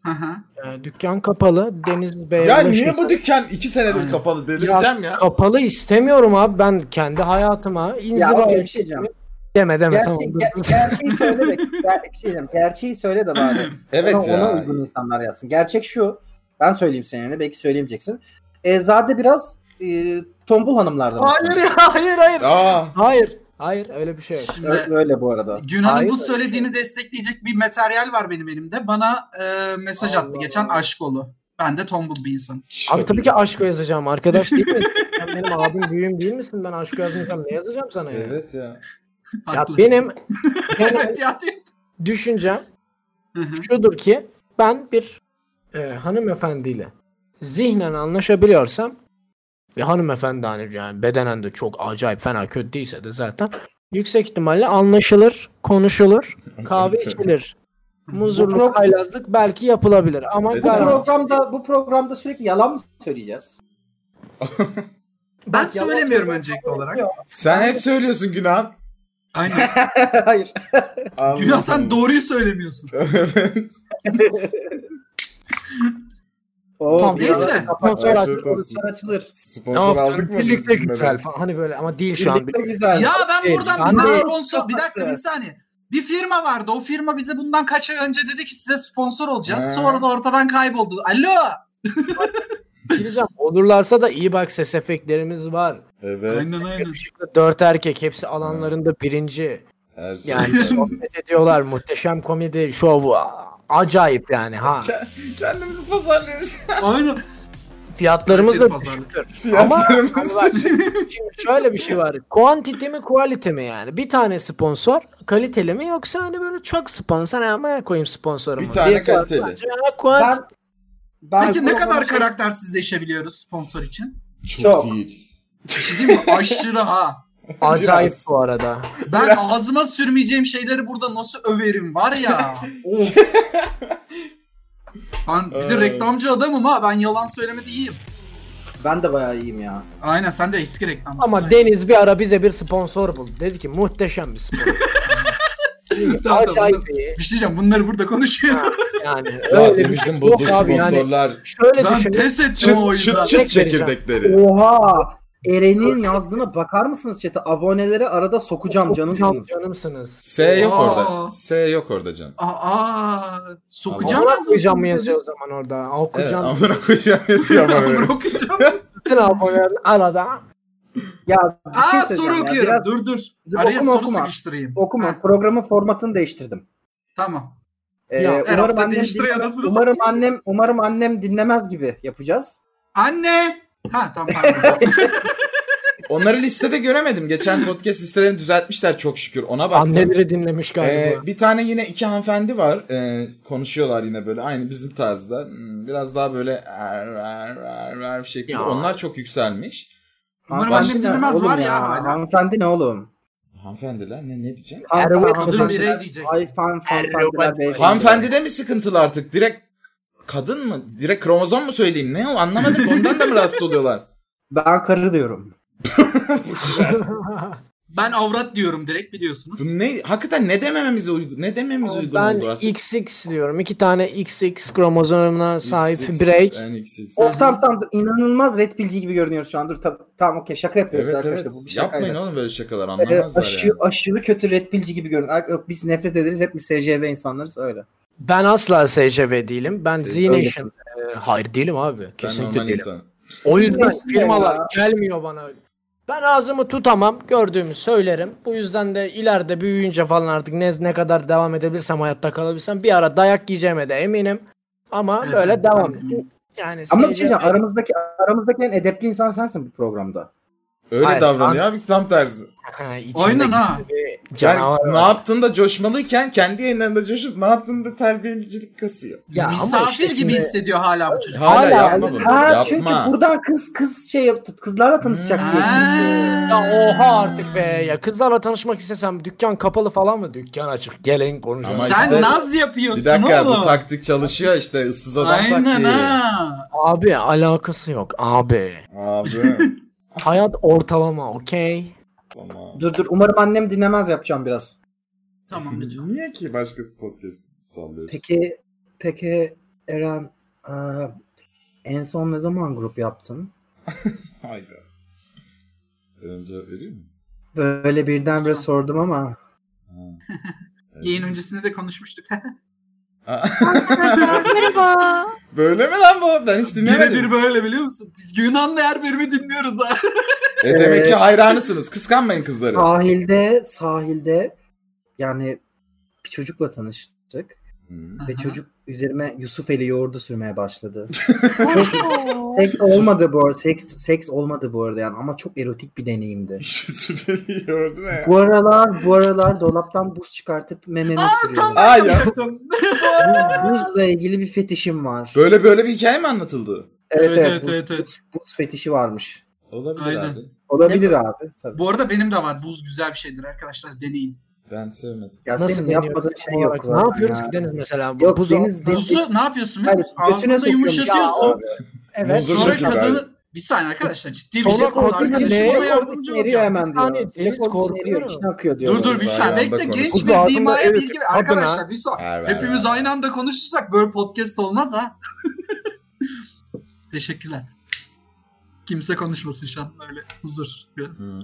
Hı hı. Ee, dükkan kapalı. Deniz Bey'e Ya ulaşırsan- niye bu dükkan iki senedir Aynen. kapalı, delireceğim ya. Kapalı istemiyorum abi. Ben kendi hayatıma Ya inziva okey, bir şey diyeceğim. Deme deme Gerçeği, tamam. ger- gerçeği söyle de ger- bir şey diyeceğim. Gerçeği söyle de bari. Evet ona, ya. ona uygun insanlar yazsın. Gerçek şu. Ben söyleyeyim seninle. Belki söyleyemeyeceksin. E, Zade biraz e, tombul hanımlardan. Hayır hayır hayır. Aa, Hayır. Hayır öyle bir şey yok. Şimdi Ö- öyle bu arada. Günhan'ın Hayır, bu öyle söylediğini destekleyecek bir materyal var benim elimde. Bana e, mesaj attı Allah geçen Allah. Aşkolu. Ben de tombul bir insanım. Abi tabii ki aşk yazacağım. Arkadaş değil mi? Sen benim abim büyüğüm değil misin? Ben aşk yazmayacağım. Ne yazacağım sana ya? Evet ya. Ya Haklı. benim benim Evet ya. düşüncem Hı hı. şudur ki ben bir e, hanımefendiyle zihnen anlaşabiliyorsam ve hanımefendi hani yani bedenen de çok acayip fena kötü değilse de zaten yüksek ihtimalle anlaşılır, konuşulur, kahve içilir. Muzurluk, haylazlık belki yapılabilir ama Evet. Bu galiba- programda bu programda sürekli yalan mı söyleyeceğiz? Ben Bak, yalan söylemiyorum söylüyorum. öncelikli olarak. Sen hep söylüyorsun Günhan. Aynen. Hayır. Günah sen doğruyu söylemiyorsun. Evet. Oo, Tamam, biraz neyse. kapat- Sponsor Afiyet açılır, olsun. açılır. Ne Sponsor yaptın? aldık mı? Birlikte biz güzel bunları? falan. Hani böyle ama değil şu an. Birlikte güzel. Ya ben Değil. buradan Ben bize de- sponsor... Bir dakika bir saniye. Bir firma vardı. O firma bize bundan kaç ay önce dedi ki size sponsor olacağız. He. Sonra da ortadan kayboldu. Alo! Diyeceğim. Olurlarsa da iyi bak ses efektlerimiz var. Evet. Aynen aynen. Yakışıklı dört erkek hepsi alanlarında birinci. Her şey. Yani güzel. sohbet ediyorlar. Muhteşem komedi şovu. Acayip yani ha. Kendimizi pazarlıyoruz. Aynen. Fiyatlarımız Herkes da pazarlıyor. düşüktür. Ama hani Fiyatlarımız. bak, şimdi şöyle bir şey var. Quantity mi quality mi yani? Bir tane sponsor kaliteli mi yoksa hani böyle çok sponsor ama koyayım sponsorumu. Bir tane diye kaliteli. bence, ha, quantity. Ben, ben Peki ne bu kadar programa- karaktersizleşebiliyoruz sponsor için? Çok, Çok. değil. Bir şey diyeyim mi? Aşırı ha. Acayip Biraz. bu arada. Ben Biraz. ağzıma sürmeyeceğim şeyleri burada nasıl överim var ya. Of. Ben bir de Ay. reklamcı adamım ha. Ben yalan söylemede iyiyim. Ben de bayağı iyiyim ya. Aynen sen de eski reklamcısın. Ama Deniz bir ara bize bir sponsor buldu. Dedi ki muhteşem bir sponsor. Tamam, tamam, Acayip bunlar- iyi. Bir şey diyeceğim bunları burada konuşuyor. Yani Ya öyle bir Deniz'in şey bulduğu yok abi yani. sponsorlar. Şöyle Ben düşünün. pes ettim o Çıt oyundan. çıt çıt Örnek vereceğim. çekirdekleri. Oha! Eren'in yazdığına bakar mısınız chat'e? Aboneleri arada sokacağım, Sokacağım, canımsınız. canımsınız. S yok Aa. orada. S yok orada can. Aa, sokacağım Amına yazmasın. koyacağım mı yazıyor o zaman orada? Evet, Okuyacağım. amına koyacağım yazıyor ama böyle. Okuyacağım. Bütün abonelerin arada. Ya bir şey Aa soru söyleyeceğim ya. okuyorum. Biraz Dur dur. Dur, Araya okuma, soru okuma. sıkıştırayım. okuma. Ha, Programın formatını değiştirdim. tamam. Ee, Ya, her umarım hafta annem değiştiriyor, dinlemez, anasını umarım satayım. annem umarım annem dinlemez gibi yapacağız. Anne. Ha tamam. pardon. Onları listede göremedim. Geçen podcast listelerini düzeltmişler çok şükür. Ona baktım. Anneleri dinlemiş galiba. Ee, bir tane yine iki hanımefendi var. Ee, konuşuyorlar yine böyle aynı bizim tarzda. Hmm, Biraz daha böyle er, er, er, er bir şekilde. Ya. Onlar çok yükselmiş. Umarım Hanımefendi annem ne dinlemez oğlum var ya hala. Hanımefendi ne oğlum? Hanımefendiler ne ne diyeceğim? Hanımefendi- Kadın birey diyeceksin. Ay fan hanımefendiler beyefendi. Hanımefendide mi sıkıntılı artık? Direkt kadın mı? Direkt kromozom mu söyleyeyim? Ne o? Anlamadım. Ondan da mı rahatsız oluyorlar? Ben karı diyorum. Ben avrat diyorum direkt biliyorsunuz. Bu ne? Hakikaten ne demememize uygun? Ne dememiz uygun Ben oldu artık? X X diyorum. İki tane X X kromozomuna sahip X X, birey. N X X. Of tamam tamam dur. İnanılmaz red pillci gibi görünüyoruz şu an. Dur tamam, tamam okey şaka yapıyoruz Evet arkadaşlar. evet. Bu bir şakaydı. Yapmayın oğlum böyle şakalar. Ee, Anlamazlar aşırı, yani. aşırı kötü red pillci gibi görünüyor. Ay, Yok, biz nefret ederiz. Hep biz S C V insanlarız öyle. Ben asla S C V değilim. Ben S Z C V Nation. Ee, hayır değilim abi. Ben Kesinlikle normal değilim. insanım. O yüzden Nation firmalar ya. gelmiyor bana. Ben ağzımı tutamam. Gördüğümü söylerim. Bu yüzden de ileride büyüyünce falan artık ne, ne kadar devam edebilirsem hayatta kalabilsem bir ara dayak yiyeceğime de eminim. Ama Evet, böyle evet, devam. ben de. Yani Ama bir S C V şey diyeceğim. Aramızdaki, aramızdaki en edepli insan sensin bu programda. Öyle Hayır, davranıyor abi tam tersi. Ha, içinde Aynen ha. güçlü bir Yani canavar ne var. yaptığında coşmalıyken kendi yayınlarında coşup ne yaptığında terbiyecilik kasıyor. Ya ama Misafir işte gibi şimdi- hissediyor hala bu çocuk. Hala, Hala- yapma bunu. Ha yapma. çünkü buradan kız kız şey yaptı. Kızlarla tanışacak diye. Ha. Ya oha artık be. Ya kızlarla tanışmak istesem dükkan kapalı falan mı? Dükkan açık. Gelin konuşalım. Ama Sen işte- naz yapıyorsun Bir dakika oğlum. bu taktik çalışıyor işte ıssız adam Aynen taktiği. ha. Abi alakası yok abi. Abi. Hayat ortalama okey. Tamam. Dur dur umarım annem dinlemez yapacağım biraz. Tamam lütfen. Niye ki başka podcast sallıyorsun? Peki peki Eren e, en son ne zaman grup yaptın? Hayda. Eren cevap veriyor mu? Böyle birdenbire Son. sordum ama. Ha. Evet. Yayın öncesinde de konuşmuştuk. Merhaba. Böyle mi lan bu? Ben hiç dinlemedim. Birebir böyle biliyor musun? Biz Yunan'la her bölümü dinliyoruz ha. E demek ki Evet. hayranısınız. Kıskanmayın kızları. Sahilde sahilde yani bir çocukla tanıştık Hmm. ve Aha. çocuk üzerime Yusufeli yoğurdu sürmeye başladı. Oo. Seks olmadı bu arada. Seks, seks olmadı bu arada yani ama çok erotik bir deneyimdi. Şu süperi gördün ya. Bu aralar bu aralar dolaptan buz çıkartıp mememi sürüyorum. Aa ya. Yapacaktım. Buz, buzla ilgili bir fetişim var. Böyle böyle bir hikaye mi anlatıldı? Evet Evet, evet, evet, buz, evet, evet. Buz, buz fetişi varmış. Olabilir Aynen. abi. Olabilir abi. Tabii. Bu arada benim de var. Buz güzel bir şeydir arkadaşlar. Deneyin. Ben sevmedim. Ya Nasıl senin deniyoruz yapmadığın tam şey yok. olarak? Ne zaten yapıyoruz ya. ki Deniz mesela? Yok, Buzu- Deniz- Deniz- Buzu ne yapıyorsun? Hayır, götüne Ağzında sokuyormuş. yumuşatıyorsun. Ya abi. Evet. Muzu Sonra çekiyor kadını... galiba. Bir saniye arkadaşlar, ciddi bir Sonra şey konu. korkunç Arkadaşım ne? bana yardımcı Eriyor olacak. hemen diyor. saniye, Sıcak Deniz olduğu için eriyor, korkuyorum. içine akıyor diyor. Dur dur bir Aynı saniye anda bekle. konuş. Genç Kuzu bir altında dimaya evet, bilgi ver. adına- Arkadaşlar bir Ver, saniye. ver, Hepimiz ver. aynı anda konuşursak böyle podcast olmaz ha. Teşekkürler. Kimse konuşmasın şu an, öyle huzur biraz. Hı.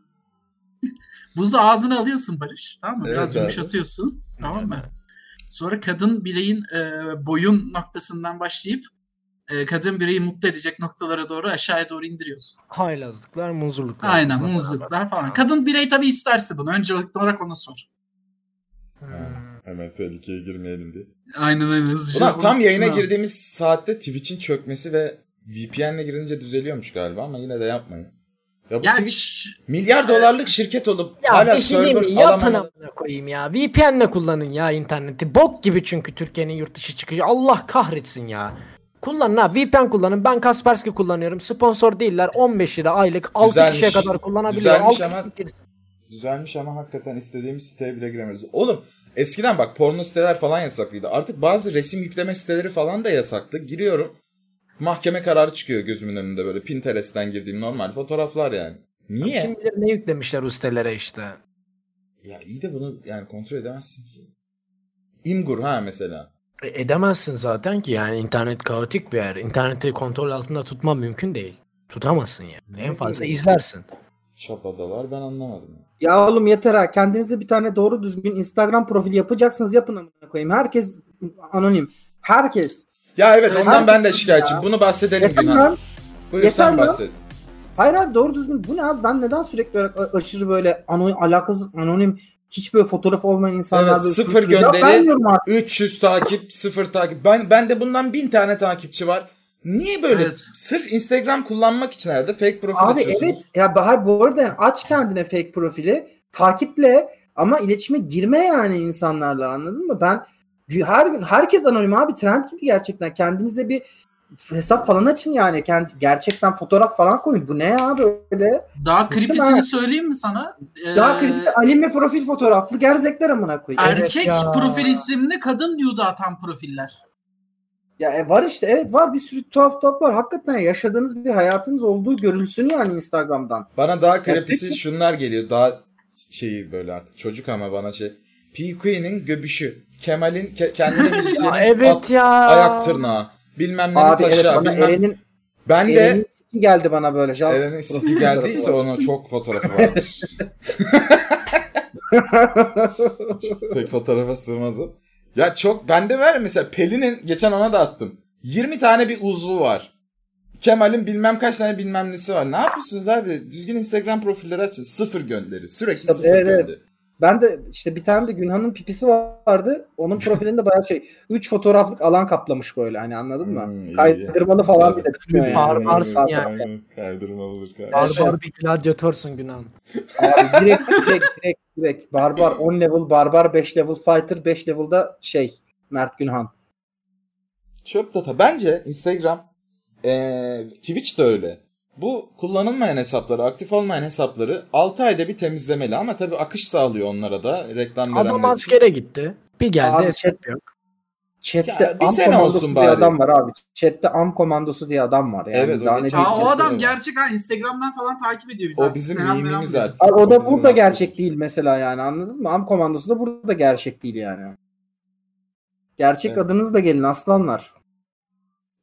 Buzu ağzına alıyorsun Barış, tamam mı? Evet Biraz abi. yumuşatıyorsun, tamam mı? Sonra kadın bireyin e, boyun noktasından başlayıp e, kadın bireyi mutlu edecek noktalara doğru aşağıya doğru indiriyorsun. Haylazlıklar, muzurluklar. Aynen, Sonra- muzluklar falan. Kadın birey tabii isterse bunu. Öncelikli olarak ona sor. Hmm. Hemen tehlikeye girmeyelim diye. Aynen aynen hızlıca. Ulan tam yayına Şuna- girdiğimiz saatte Twitch'in çökmesi ve V P N'le girince düzeliyormuş galiba ama yine de yapmayın. Ya bu Ya Twitch ş- milyar dolarlık şirket olup Ya hala bir şey değil server mi? Yapın alamayan... amına koyayım ya. V P N'le kullanın ya interneti. Bok gibi çünkü Türkiye'nin yurt dışı çıkışı. Allah kahretsin ya. Kullanın ha. V P N kullanın. Ben Kaspersky kullanıyorum. Sponsor değiller. on beş lira aylık. altı Güzelmiş. kişiye kadar kullanabiliyor. Güzelmiş altı ama- kişi- Düzelmiş ama hakikaten istediğimiz siteye bile giremiyoruz. Oğlum eskiden bak porno siteler falan yasaklıydı. Artık bazı resim yükleme siteleri falan da yasaklı. Giriyorum. Mahkeme kararı çıkıyor gözümün önünde böyle. Pinterest'ten girdiğim normal fotoğraflar yani. Niye? Kim bilir ne yüklemişler o sitelere işte. Ya iyi de bunu yani kontrol edemezsin ki. Imgur ha mesela. E, edemezsin zaten ki yani internet kaotik bir yer. İnterneti kontrol altında tutman mümkün değil. Tutamazsın yani. En fazla izlersin. Çapadalar ben anlamadım. Ya oğlum yeter ha. Kendinize bir tane doğru düzgün Instagram profili yapacaksınız. Yapın amına koyayım. Herkes anonim. Herkes. Ya evet ondan Herkes ben de ya. şikayetçiyim. Bunu bahsedelim Yeter Günhan. lan. Buyur Yeter sen lan. bahset. Hayır abi doğru düzgün. Bu ne abi? Ben neden sürekli olarak a- aşırı böyle anonim, alakasız anonim, hiç böyle fotoğraf olmayan insanlar Evet, böyle sıfır sürüklüyor. Ya gönderi. ben diyorum abi. üç yüz takip, sıfır takip. Ben ben de bundan bin tane takipçi var. Niye böyle? Evet. Sırf Instagram kullanmak için herhalde fake profil Abi açıyorsunuz. evet ya Bahar bu arada yani aç kendine fake profili takiple ama iletişime girme yani insanlarla, anladın mı? Ben her gün herkes anonim abi, trend gibi gerçekten. Kendinize bir hesap falan açın yani. Kendi, gerçekten fotoğraf falan koyun. Bu ne ya böyle? Daha Bıktım creepy'sini ha. söyleyeyim mi sana? Ee, Daha klipte anime profil fotoğraflı gerzekler amına koyayım. Evet erkek ya. profil isimli, kadın nude atan profiller. Ya e, var işte, evet var, bir sürü tuhaf tuhaf var. Hakikaten yaşadığınız bir hayatınız olduğu görülsün yani Instagram'dan. Bana daha creepy'si Gerçekten. şunlar geliyor. Daha şeyi böyle artık çocuk ama bana şey. P. Queen'in göbüşü. Kemal'in ke- kendine müzisyenin Ya evet at- ya. ayak tırnağı. Bilmem ne Abi evet, taşa. bana bilmem... Eren'in Ben de Eren'in siki geldi bana böyle. Jans Eren'in profil siki geldiyse fotoğrafı. ona çok fotoğrafı varmış. Tek fotoğrafa sığmaz o. Ya çok bende var ya mesela Pelin'in geçen ona da attım. yirmi tane bir uzvu var. Kemal'in bilmem kaç tane bilmem nesi var. Ne yapıyorsunuz abi? Düzgün Instagram profilleri açın. Sıfır gönderi. Sürekli Tabii, sıfır evet, gönderi. evet. Ben de işte bir tane de Günhan'ın pipisi vardı. Onun profilinde bayağı şey üç fotoğraflık alan kaplamış böyle, hani anladın mı? Hmm, iyi, Kaydırmalı falan Tabii. bir de bitmiyor yani. Barbarsın Abi, yani. Aynen. Kaydırmalıdır kardeşim. Barbar bir gladyatörsün Günhan. Abi direkt direkt direkt direkt barbar on level barbar, beş level fighter, beş level'da şey Mert Günhan. Çöp data. Bence Instagram, ee, Twitch de öyle. Bu kullanılmayan hesapları, aktif olmayan hesapları altı ayda bir temizlemeli. Ama tabii akış sağlıyor onlara da reklam verenler Adam için. askere gitti. Bir geldi Abi, hesap yok. Chat'te Ya, bir am sene komandosu olsun diye bari. adam var abi. Chat'te am komandosu diye adam var yani. Evet, o Daha ne geçen- diyeyim Aa, o size adam ya. gerçek ha, Instagram'dan falan takip ediyor bizi. O artık. bizim Selam, mimimiz selam artık. Abi, o da bizim burada aslında- gerçek değil mesela yani, anladın mı? Am komandosu da burada gerçek değil yani. Gerçek Evet. adınızla gelin aslanlar.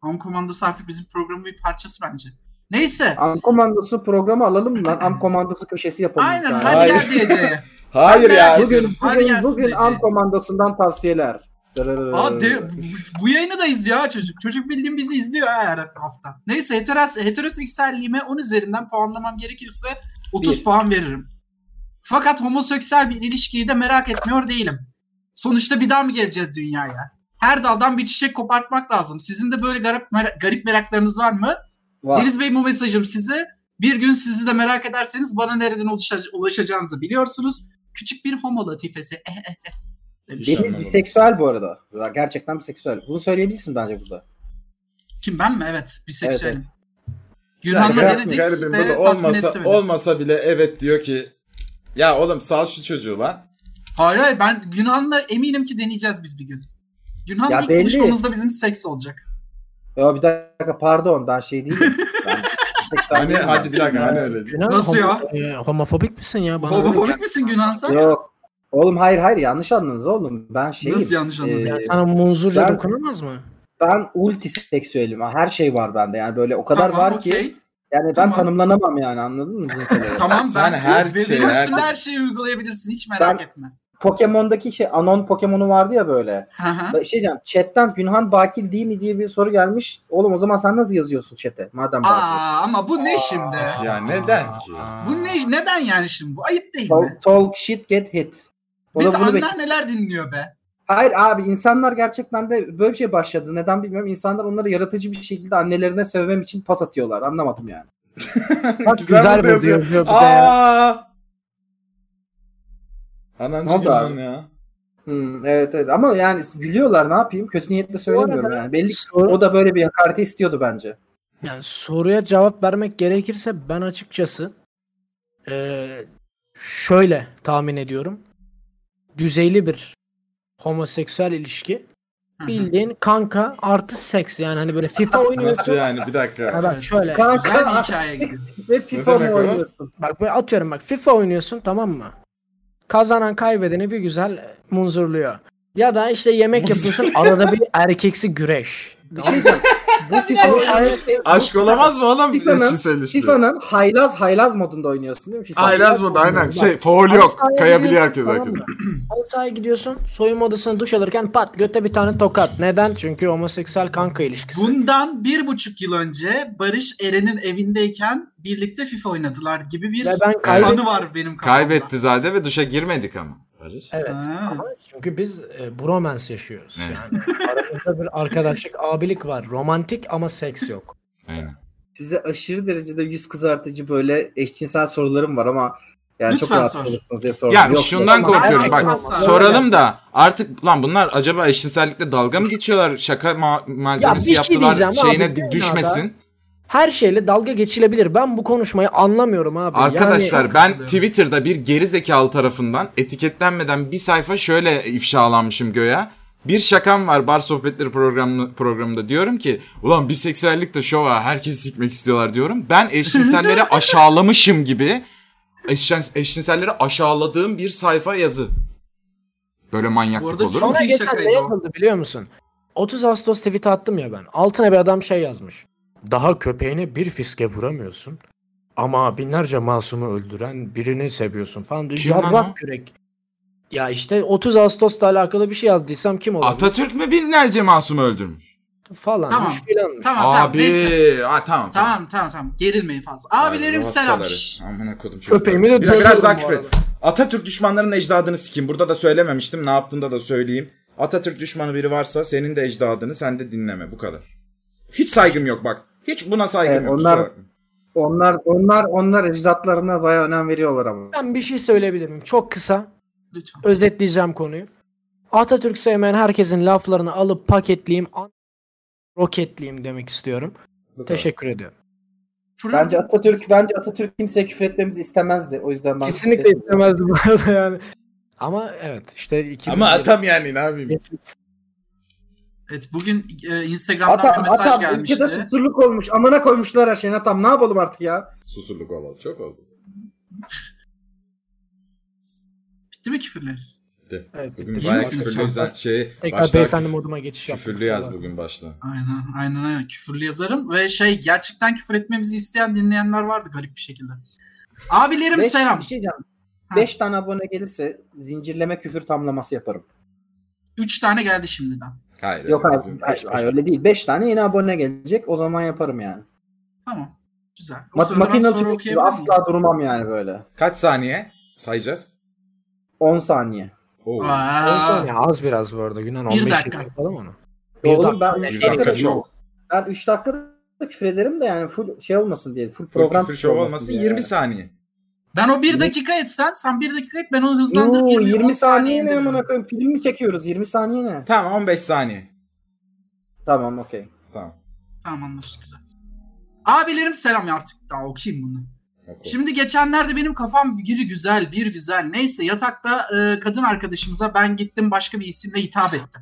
Am Komandosu artık bizim programın bir parçası bence. Neyse. Am Komandosu programı alalım mı lan? Am Komandosu köşesi yapalım. Aynen Yani. hadi Hayır. gel diyeceğe. Hayır Ben ya. merak Bugün, ediyorum. Hadi bugün, gelsin bugün diyeceğe. Am Komandosu'ndan tavsiyeler. Aa, de, bu, bu yayını da izliyor ha çocuk. Çocuk bildiğim bizi izliyor ha her hafta. Neyse heteros, heteroseksüelliğime on üzerinden puanlamam gerekirse otuz Bir. puan veririm. Fakat homoseksüel bir ilişkiyi de merak etmiyor değilim. Sonuçta bir daha mı geleceğiz dünyaya? Her daldan bir çiçek kopartmak lazım. Sizin de böyle garip, mer- garip meraklarınız var mı? Var. Deniz Bey, bu mesajım size. Bir gün sizi de merak ederseniz bana nereden ulaşa- ulaşacağınızı biliyorsunuz. Küçük bir homo latifesi. Eh, eh, eh. Demiş. Deniz biseksüel bu arada. Gerçekten biseksüel. Bunu söyleyebilirsin bence burada. Kim, ben mi? Evet. Biseksüelim. Evet, Gülhan'la Yani denedik Garibim ve burada tatmin olmasa, etti beni. olmasa bile evet diyor ki ya oğlum sal şu çocuğu lan. Hayır hayır, ben Günhan'la eminim ki deneyeceğiz biz bir gün. Günhan'la Ya ilk belli. buluşmamızda bizim seks olacak. Ya bir dakika pardon ben şey değilim. Ben biseksüel Hani değilim hadi ben. bir dakika hani öyle. Günah, Nasıl ya? e, homofobik misin ya? Bana öyle Homofobik gel- misin Günhan sen? Yok. Oğlum hayır hayır yanlış anladınız oğlum. Ben şeyim. Nasıl yanlış anladın? e, Yani sana munzurca ben- dokunamaz mı? Ben ultiseksüelim. Her şey var bende. Yani böyle o kadar Tamam, var ki okey. yani ben Tamam. tanımlanamam yani anladın mı cinsel olarak? Tamam, Sen ben her ve şey, benim her- üstümde her şeyi uygulayabilirsin, hiç merak Ben- etme. Pokemon'daki şey Anon Pokemon'u vardı ya böyle. Hı hı. Ben şey diyeceğim. Chat'ten Günhan Bakil değil mi diye bir soru gelmiş. Oğlum o zaman sen nasıl yazıyorsun chat'e? Madem Bakil. Aa, ama bu ne şimdi? Ya neden ki? Bu ne, neden yani şimdi bu? Ayıp değil mi? Talk, talk shit get hit. O Biz da bunu anneler bekliyor. neler dinliyor be? Hayır abi insanlar gerçekten de böyle bir şey başladı. Neden bilmiyorum. İnsanlar onları yaratıcı bir şekilde annelerine sövmem için pas atıyorlar. Anlamadım yani. Güzel, güzel burada bu yazıyor. diyor, diyor bir de ya. Aa! Anancı Ne oldu Günhan abi? ya. Hmm, evet evet ama yani gülüyorlar ne yapayım? Kötü niyetle söylemiyorum arada yani. Belli ki soru- o da böyle bir hakareti istiyordu bence. Yani soruya cevap vermek gerekirse ben açıkçası eee, şöyle tahmin ediyorum. Düzeyli bir homoseksüel ilişki. Hı hı. Bildiğin kanka artı seks, yani hani böyle FIFA Nasıl oynuyorsun. yani bir dakika. Ha bak şöyle. Kanka Güzel bir artık hikaye gidiyor. ve FIFA demek mı o? oynuyorsun? Bak böyle atıyorum, bak FIFA oynuyorsun, tamam mı? Kazanan kaybedeni bir güzel munzurluyor. Ya da işte yemek yapıyorsun, arada bir erkeksi güreş. Bir şey diyeceğim. Bu FIFA Aşk olamaz mı oğlum? FIFA'nın, Eşcinsel ilişki. FIFA'nın haylaz haylaz modunda oynuyorsun değil mi? FIFA? Haylaz modu aynen. Bak, Şey foul yok. Halı sahaya Kayabiliyor gidiyorsun, herkes tamam herkes. mı? Halı sahaya gidiyorsun, soyunma odasına duş alırken pat göte bir tane tokat. Neden? Çünkü homoseksüel kanka ilişkisi. Bundan bir buçuk yıl önce Barış Eren'in evindeyken birlikte FIFA oynadılar gibi bir Ve ben kaybettim. anı var benim kafamda. Kaybetti zaten ve duşa girmedik ama. Barış. Evet. Ha. Ama çünkü biz e, bromance yaşıyoruz. Evet. Yani aramızda bir arkadaşlık, abilik var. Romantik ama seks yok. Aynen. Size aşırı derecede yüz kızartıcı böyle eşcinsel sorularım var ama yani Lütfen çok rahat sor. olursunuz diye sordum. Yani Yok, şundan yok. korkuyorum bak Gerçekten soralım da artık lan bunlar acaba eşcinsellikle dalga mı geçiyorlar, şaka ma- malzemesi Ya bir şey yaptılar diyeceğim şeyine abi, di- dünyada- düşmesin. Her şeyle dalga geçilebilir. Ben bu konuşmayı anlamıyorum abi. Arkadaşlar Yani, ben katılıyorum. Twitter'da bir geri zekalı tarafından etiketlenmeden bir sayfa şöyle ifşalanmışım göya. Bir şakam var bar sohbetleri programı, programında diyorum ki ulan biseksüellik de şov ha herkesi sikmek istiyorlar diyorum. Ben eşcinselleri aşağılamışım gibi eşcins, eşcinselleri aşağıladığım bir sayfa yazı. Böyle Bu manyaklık arada olur mu? çok Sonra iyi geçen şakaydı ne o. yazıldı biliyor musun? otuz Ağustos tweet attım ya ben. Altına bir adam şey yazmış. Daha köpeğine bir fiske vuramıyorsun. Ama binlerce masumu öldüren birini seviyorsun falan diyor. Kim lan o? Yarrak kürek. Ya işte otuz Ağustos'la alakalı bir şey yazdıysam kim olabilir? Atatürk mü binlerce masumu öldürmüş? Tamam. Falanmış filanmış. Tamam tamam Abi, neyse. ha, tamam tamam. Tamam tamam tamam. Gerilmeyin fazla. Abilerim Ay, selam. hastaları. Amına kodum çocuklar. Köpeğimi de Bir dakika, biraz dövüyorum daha bu küfür et. arada. Atatürk düşmanlarının ecdadını sikeyim. Burada da söylememiştim. Ne yaptığında da söyleyeyim. Atatürk düşmanı biri varsa senin de ecdadını sen de dinleme. Bu kadar. Hiç saygım yok bak. Hiç buna saygım Evet, yok. onlar- kusura bakma. Onlar onlar onlar ecdatlarına bayağı önem veriyorlar ama. Ben bir şey söyleyebilir miyim? Çok kısa. Lütfen. Özetleyeceğim konuyu. Atatürk sevmeyen herkesin laflarını alıp paketleyeyim, an- roketleyeyim demek istiyorum. Bu kadar. Teşekkür ediyorum. Bence Atatürk bence Atatürk kimseye küfür etmemizi istemezdi. O yüzden ben Kesinlikle istemezdim bu arada yani. Ama evet işte iki Ama atam yani ne yapayım? Evet bugün e, Instagram'dan Atam bir mesaj atam gelmişti. ülkede susurluk olmuş. Amına koymuşlar her şeyin atam. Ne yapalım artık ya? Susurluk olalı çok oldu. Bitti mi küfürleriniz? De. Evet, Bugün iyi bayağı misiniz küfürlü şu an? yüzden şey Tekrar başta beyefendi küf- moduma geçiş yaptım. küfürlü yaz bugün başta. Aynen aynen aynen küfürlü yazarım ve şey gerçekten küfür etmemizi isteyen dinleyenler vardı garip bir şekilde. Abilerim Beş, selam. bir şey diyeceğim. Ha. beş tane abone gelirse zincirleme küfür tamlaması yaparım. üç tane geldi şimdiden. Hayır. Yok öyle hayır, bugün- hayır, hayır öyle değil. beş tane yeni abone gelecek. O zaman yaparım yani. Tamam. Güzel. O Mat- sırada ben makine soru gibi okuyabilir miyim? asla durmam yani böyle. Kaç saniye sayacağız? on saniye. Oo. Aa, Ya az biraz bu arada. Günden Bir on beş dakika. dakika yapalım onu. Oğlum ben Bir üç dakika dakikada çok. ben üç dakikada küfür ederim de yani full şey olmasın diye. Full Full program küfür şov olmasın diye yirmi yani. saniye. ben o bir Ne? dakika etsen, sen bir dakika et, ben onu hızlandırıp Oo, yirmi, on yirmi saniye ne indiririm. amına koyayım? Film mi çekiyoruz? yirmi saniye ne? Tamam on beş saniye. Tamam okey. Tamam. Tamam anlaştık güzel. Abilerim selam ya artık daha okuyayım bunu. Oku. Şimdi geçenlerde benim kafam bir güzel bir güzel neyse yatakta e, kadın arkadaşımıza ben gittim başka bir isimle hitap ettim.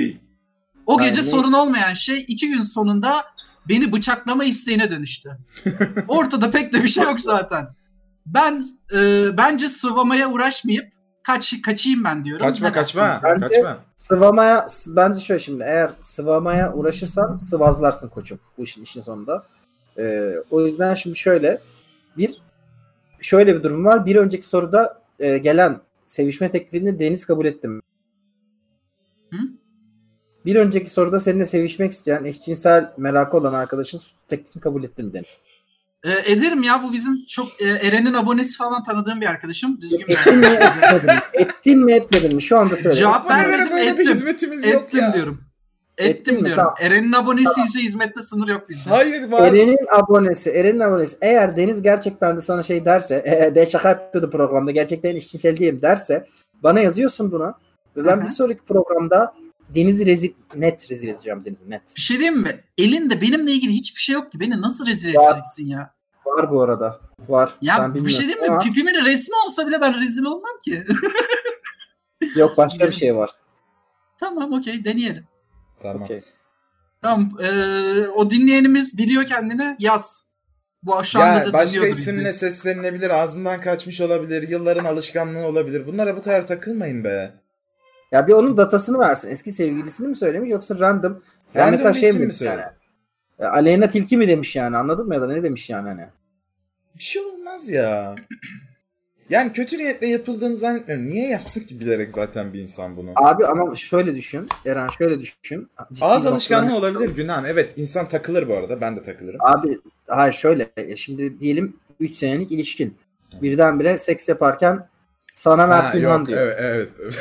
O gece Yani- sorun olmayan şey iki gün sonunda beni bıçaklama isteğine dönüştü. Ortada pek de bir şey yok zaten. Ben e, bence sıvamaya uğraşmayıp kaç kaçayım ben diyorum. Kaçma Ne kaçma. dersiniz? Bence- Kaçma. Sıvamaya bence şöyle şimdi eğer sıvamaya uğraşırsan sıvazlarsın koçum bu işin işin sonunda. Ee, o yüzden şimdi şöyle bir şöyle bir durum var. Bir önceki soruda e, gelen sevişme teklifini Deniz kabul etti mi? Hı? Bir önceki soruda seninle sevişmek isteyen eşcinsel merakı olan arkadaşın teklifini kabul etti mi Deniz? E, ederim ya bu bizim çok e, Eren'in abonesi falan tanıdığım bir arkadaşım. Düzgün bir Ettin mi arkadaşım. etmedin mi? Ettin mi etmedin mi? Şu anda söyle. Cevap Bana vermedim, göre böyle bir ettim. hizmetimiz yok Ettim ya. diyorum. Ettin Ettim mi? diyorum. Tamam. Eren'in abonesi ise hizmette sınır yok bizde. Hayır var. Eren'in abonesi, Eren'in abonesi. Eğer Deniz gerçekten de sana şey derse, e, ben şaka yapıyordum programda, gerçekten eşcinsel değilim derse, bana yazıyorsun buna. Ve ben Hı hı. bir sonraki programda Deniz'i rezil, net rezil edeceğim Deniz'i, net. Bir şey diyeyim mi? Elinde benimle ilgili hiçbir şey yok ki. Beni nasıl rezil Var. edeceksin ya? Var bu arada. Var. Ya Sen bir şey bilmiyorsun diyeyim mi? ama Pipimin resmi olsa bile ben rezil olmam ki. yok başka bir şey var. Tamam okey deneyelim. Tamam. Okey. Tamam eee, o dinleyenimiz biliyor kendine yaz. Bu aşağıda Ya da başka dinliyordur isimle yüzde yüz. seslenilebilir, ağzından kaçmış olabilir, yılların alışkanlığı olabilir. Bunlara bu kadar takılmayın be. Ya bir onun datasını versin. Eski sevgilisini mi söylemiş yoksa random? Yani Random mesela bir şey isim mi mi demiş yani? söyle? E, Aleyna Tilki mi demiş yani, anladın mı, ya da ne demiş yani hani? Bir şey olmaz ya. Yani kötü niyetle yapıldığını zannetmiyorum. Niye yapsın ki bilerek zaten bir insan bunu? Abi ama şöyle düşün. Eren şöyle düşün. Ciddi Ağız bir alışkanlığı noktadan- olabilir Günan. Evet insan takılır bu arada. Ben de takılırım. Abi hayır şöyle. e, Şimdi diyelim üç senelik ilişkin. Birdenbire seks yaparken sana Ha, Mert Günhan yok, diyor. evet. evet.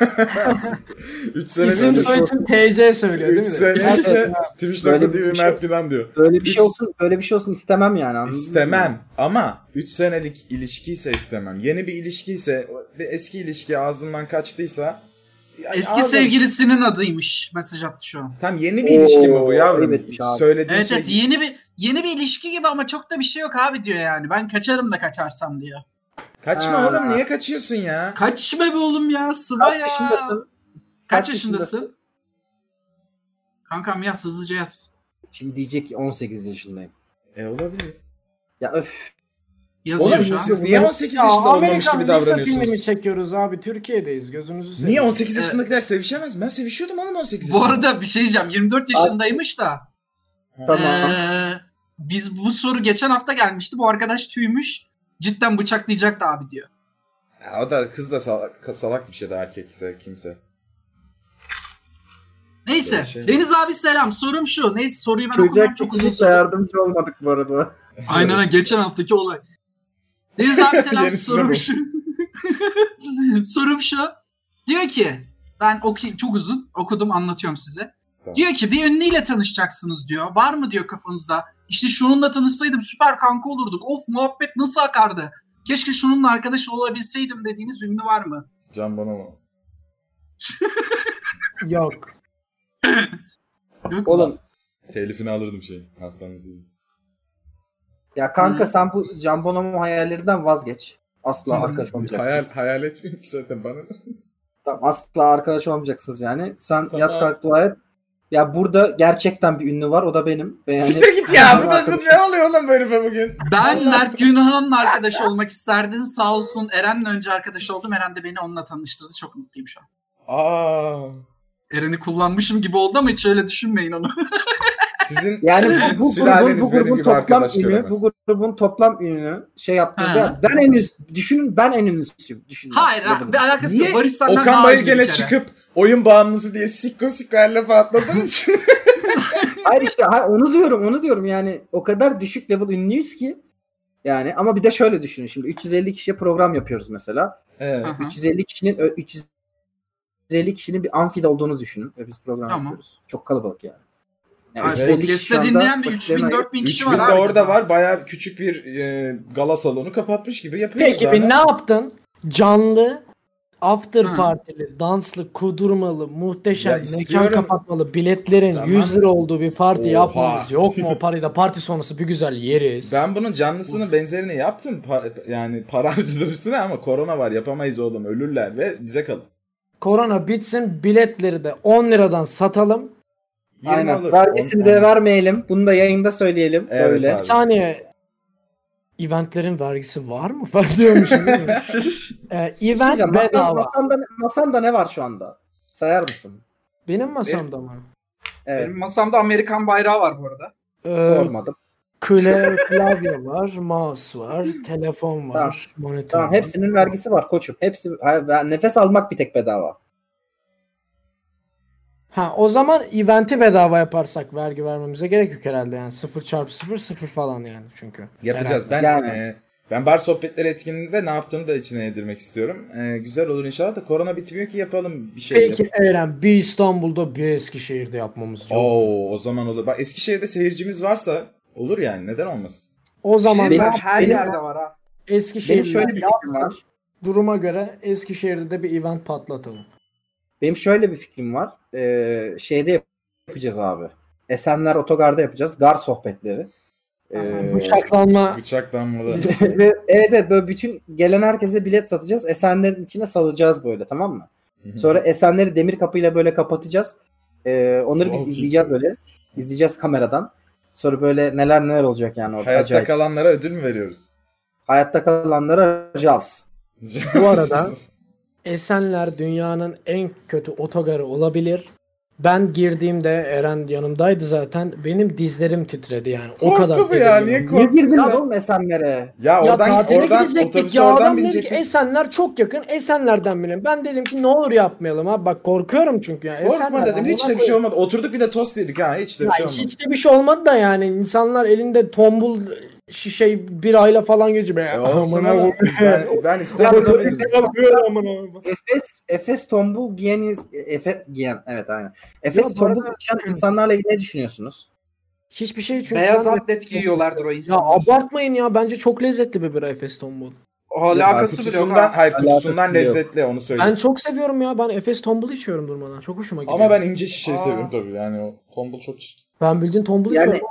üç sene İsim bir soyisim T C söylüyor üç değil mi? sene Evet, işte evet. Twitch Böyle nokta bir T V şey- Mert Günan diyor. Böyle bir Üç- şey olsun, böyle bir şey olsun istemem yani. anladın mı? İstemem ama üç senelik ilişkiyse istemem. Yeni bir ilişkiyse, bir eski ilişki ağzından kaçtıysa yani Eski ağız sevgilisinin adıymış mesaj attı şu an. alış- Tam yeni bir ilişki mi bu Oo, yavrum? evet abi. Söylediğin Evet şey evet yeni bir yeni bir ilişki gibi ama çok da bir şey yok abi diyor yani. Ben kaçarım da kaçarsam diyor. Kaçma Ha. oğlum niye kaçıyorsun ya? Kaçma be oğlum ya sıva Kaç ya. yaşındasın? Kaç Kaç yaşındasın? yaşındasın? Kankam yaz hızlıca yaz. Şimdi diyecek ki on sekiz yaşındayım. E olabilir. Ya öf. Yazıyor Oğlum şu an. siz niye on sekiz Ya yaşında olmamış Amerikan gibi lise filmi mi davranıyorsunuz? çekiyoruz abi? Türkiye'deyiz. Gözünüzü seveyim. Niye on sekiz Ee, yaşındakiler sevişemez? Ben sevişiyordum oğlum on sekiz Bu yaşında. arada bir şey diyeceğim. yirmi dört yaşındaymış da. Tamam. Ee, biz bu soru geçen hafta gelmişti. Bu arkadaş tüymüş. Cidden bıçaklayacaktı abi diyor. Ya o da kız da salak, salak bir şey de erkekse kimse. Neyse. Böyle şey. Deniz abi selam. Sorum şu. Neyse soruyu ben Çocuğa okumam çok uzun kesinlikle soru. yardımcı olmadık bu arada. Aynen öyle. Geçen haftaki olay. Deniz abi selam. Yenisine Sorum bu. şu. Sorum şu. Diyor ki ben okuyayım çok uzun okudum anlatıyorum size. Tamam. Diyor ki bir ünlüyle tanışacaksınız diyor. Var mı diyor kafanızda? İşte şununla tanışsaydım süper kanka olurduk. Of muhabbet nasıl akardı? Keşke şununla arkadaş olabilseydim dediğiniz ünlü var mı? Can bana mı? Yok. Yok mu? Oğlum Telifini alırdım şeyin. Haftanızı. ya kanka Hı. sen bu Can Bonomo hayallerinden vazgeç. Asla arkadaş Hayal, olmayacaksınız. hayal etmiyorum ki zaten bana. Tamam, asla arkadaş olmayacaksınız yani. Sen Tamam. yat kalk dua et. Ya burada gerçekten bir ünlü var. O da benim. Ve yani... Siktir git ya. Bu da bu ne oluyor oğlum bu herife bugün? Ben Mert Günhan'ın arkadaşı olmak isterdim. Sağ olsun Eren'le önce arkadaş oldum. Eren de beni onunla tanıştırdı. Çok mutluyum şu an. Aa. Eren'i kullanmışım gibi oldu ama hiç öyle düşünmeyin onu. Sizin Yani sizin bu, bu, sülaleniz bu, bu benim grubun gibi toplam arkadaş ünü, göremez. bu grubun toplam ünü şey yaptığınızda Ha. ben en üst, düşünün ben en ünlüsüyüm. Düşünün. Hayır ha, bir alakası Niye yok. Barış senden Okan daha Bayır iyi bir gene kere. çıkıp oyun bağımlısı diye sikko sikko elle patladığın için. Hayır işte ha, onu diyorum onu diyorum yani o kadar düşük level ünlüyüz ki yani ama bir de şöyle düşünün şimdi üç yüz elli kişiye program yapıyoruz mesela. Evet. Aha. üç yüz elli kişinin ö- üç yüz elli kişinin bir amfide olduğunu düşünün ve biz program Tamam. yapıyoruz. Çok kalabalık yani. Yani Yani üç yüz elli kişi podcast'te şu anda dinleyen bir üç bin vakitlerini dört bin kişi üç var bin de abi. orada var. Bayağı küçük bir e, gala salonu kapatmış gibi yapıyoruz. Peki daha bir ne? ne yaptın? Canlı, after Hı. partili, danslı, kudurmalı, Ya muhteşem, mekan istiyorum. kapatmalı, biletlerin Tamam. yüz lira olduğu bir parti Oha. yapmamız yok mu? O parayı da parti sonrası bir güzel yeriz. Ben bunun canlısını benzerini yaptım. Pa- yani para harcadım üstüne ama korona var. Yapamayız oğlum. Ölürler ve bize kalın. Korona bitsin, biletleri de on liradan satalım. yirmi Aynen. olur. Vergisini On- de on- vermeyelim. Bunu da yayında söyleyelim. Evet Böyle. abi. Bir saniye. Eventlerin vergisi var mı? Fark diyormuşum değil mi? ee, event Hocam, masan, bedava. masanda, masanda ne var şu anda? Sayar mısın? Benim masamda mı? Evet. Benim masamda Amerikan bayrağı var bu arada. Ee, Sormadım. klavye, klavye var, mouse var, telefon var, Tamam. monitör Tamam var. hepsinin vergisi var koçum. Hepsi hayır, ben- nefes almak bir tek bedava. Ha o zaman eventi bedava yaparsak vergi vermemize gerek yok herhalde yani sıfır çarpı sıfır sıfır falan yani çünkü. Yapacağız. Ben Yani. e, ben bar sohbetleri etkinliğinde ne yaptığını da içine yedirmek istiyorum. E, güzel olur inşallah da korona bitmiyor ki yapalım bir şey. Peki Eren bir İstanbul'da bir Eskişehir'de yapmamız çok. Oo, o zaman olur. Bak Eskişehir'de seyircimiz varsa olur yani. Neden olmasın? O zaman Benim- da her benim- yerde var ha. Benim Eskişehir'de şöyle bir fikrim var. duruma göre Eskişehir'de de bir event patlatalım. Benim şöyle bir fikrim var. Ee, şeyde yapacağız abi. Esenler Otogar'da yapacağız. Gar sohbetleri. Ee, Bıçaklanma. Bıçaklanmalı. ve, evet evet böyle bütün gelen herkese bilet satacağız. Esenlerin içine salacağız böyle tamam mı? Sonra Esenleri demir kapıyla böyle kapatacağız. Ee, onları biz Çok iyi. izleyeceğiz böyle. İzleyeceğiz kameradan. Sonra böyle neler neler olacak yani orada. Hayatta Acayip. kalanlara ödül mü veriyoruz? Hayatta kalanlara jals. Bu arada Esenler dünyanın en kötü otogarı olabilir. Ben girdiğimde Eren yanımdaydı zaten. Benim dizlerim titredi yani. O Korktu kadar bu ya, tedirginim. niye Niye korktun girdiniz sen? oğlum Esenler'e? Ya Ya oradan tatile oradan gidecektik otobüse ya. oradan Adam dedi ki binecektik. Esenler çok yakın. Esenler'den binelim. Ben dedim ki ne olur yapmayalım ha. Bak korkuyorum çünkü ya. Korkma Esenler'den dedim. Hiç de buna bir şey koy- olmadı. Oturduk bir de tost yedik ha. Hiç de bir Ya şey olmadı. hiç de bir şey olmadı da yani. İnsanlar elinde tombul şişe birayla falan geçiyor. E, olsun oğlum. ben, ben Ya İstanbul'da böyle benim. Efes, Efes tombul giyen, Efes giyen, evet aynen. Efes Ya bu tombul arada- giyen insanlarla ilgili ne düşünüyorsunuz? Hiçbir şey çünkü. Beyaz ben- atlet giyiyorlardır o Ya insanlar. abartmayın ya. Bence çok lezzetli bir bira Efes tombul. Alakası bile yok Kutusundan, ha. hayır Alakası kutusundan bile yok. lezzetli onu söyleyeyim. Ben çok seviyorum ya. Ben Efes tombul içiyorum durmadan. Çok hoşuma gidiyor. Ama ben ince şişeyi Aa. seviyorum tabii. Yani o tombul çok çirkin. Ben bildiğin tombul Yani içiyorum.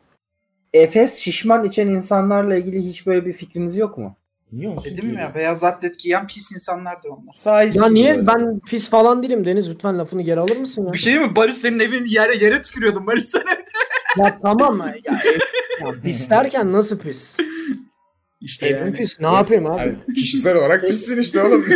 Efes şişman içen insanlarla ilgili hiç böyle bir fikriniz yok mu? Niye olsun Dedim ki? mi ya beyaz atlet giyen pis insanlardır onlar. Sahil Ya gibi niye böyle. ben pis falan değilim Deniz, lütfen lafını geri alır mısın ya? Bir şey mi? Barış senin evin yere yere tükürüyordun Barış sen evde. Ya tamam mı? Ya, ev- ya pis derken nasıl pis? İşte Evim yani. pis. Ne yapayım abi? Yani kişisel olarak pissin işte oğlum.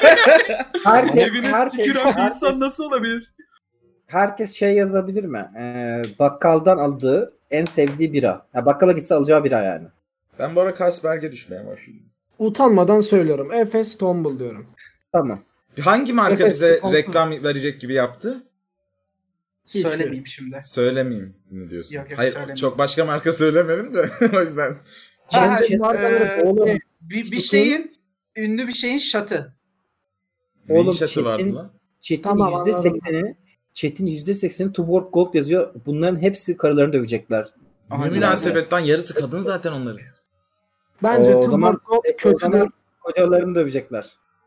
Herkes, Evine herkes, tüküren bir herkes, insan nasıl olabilir? herkes şey yazabilir mi? Ee, bakkaldan aldığı en sevdiği bira. Ya bakkala gitse alacağı bira yani. Ben bu ara Carlsberg'e düşmeye başladım. Utanmadan söylüyorum. Efes tombul diyorum. Tamam. Hangi marka Efes bize sponsor. reklam verecek gibi yaptı? Hiçbiri. Söylemeyeyim şimdi. Söylemeyeyim mi diyorsun? Yok, yok, Hayır söylemeyeyim. çok başka marka söylemedim de o yüzden. Ha, Bence e, markaları- oğlum, bir, bir Çetin- şeyin ünlü bir şeyin şatı. Neyin Oğlum, şatı vardı Çetin- lan? Chat'in Tamam, yüzde sekseni Chat'in yüzde sekseni Tuborg Gold yazıyor. Bunların hepsi karılarını dövecekler. Ne Aynen. münasebetten yarısı kadın zaten onların. Bence O zaman- Tuborg E, o kötüdür. zaman kocalarını dövecekler.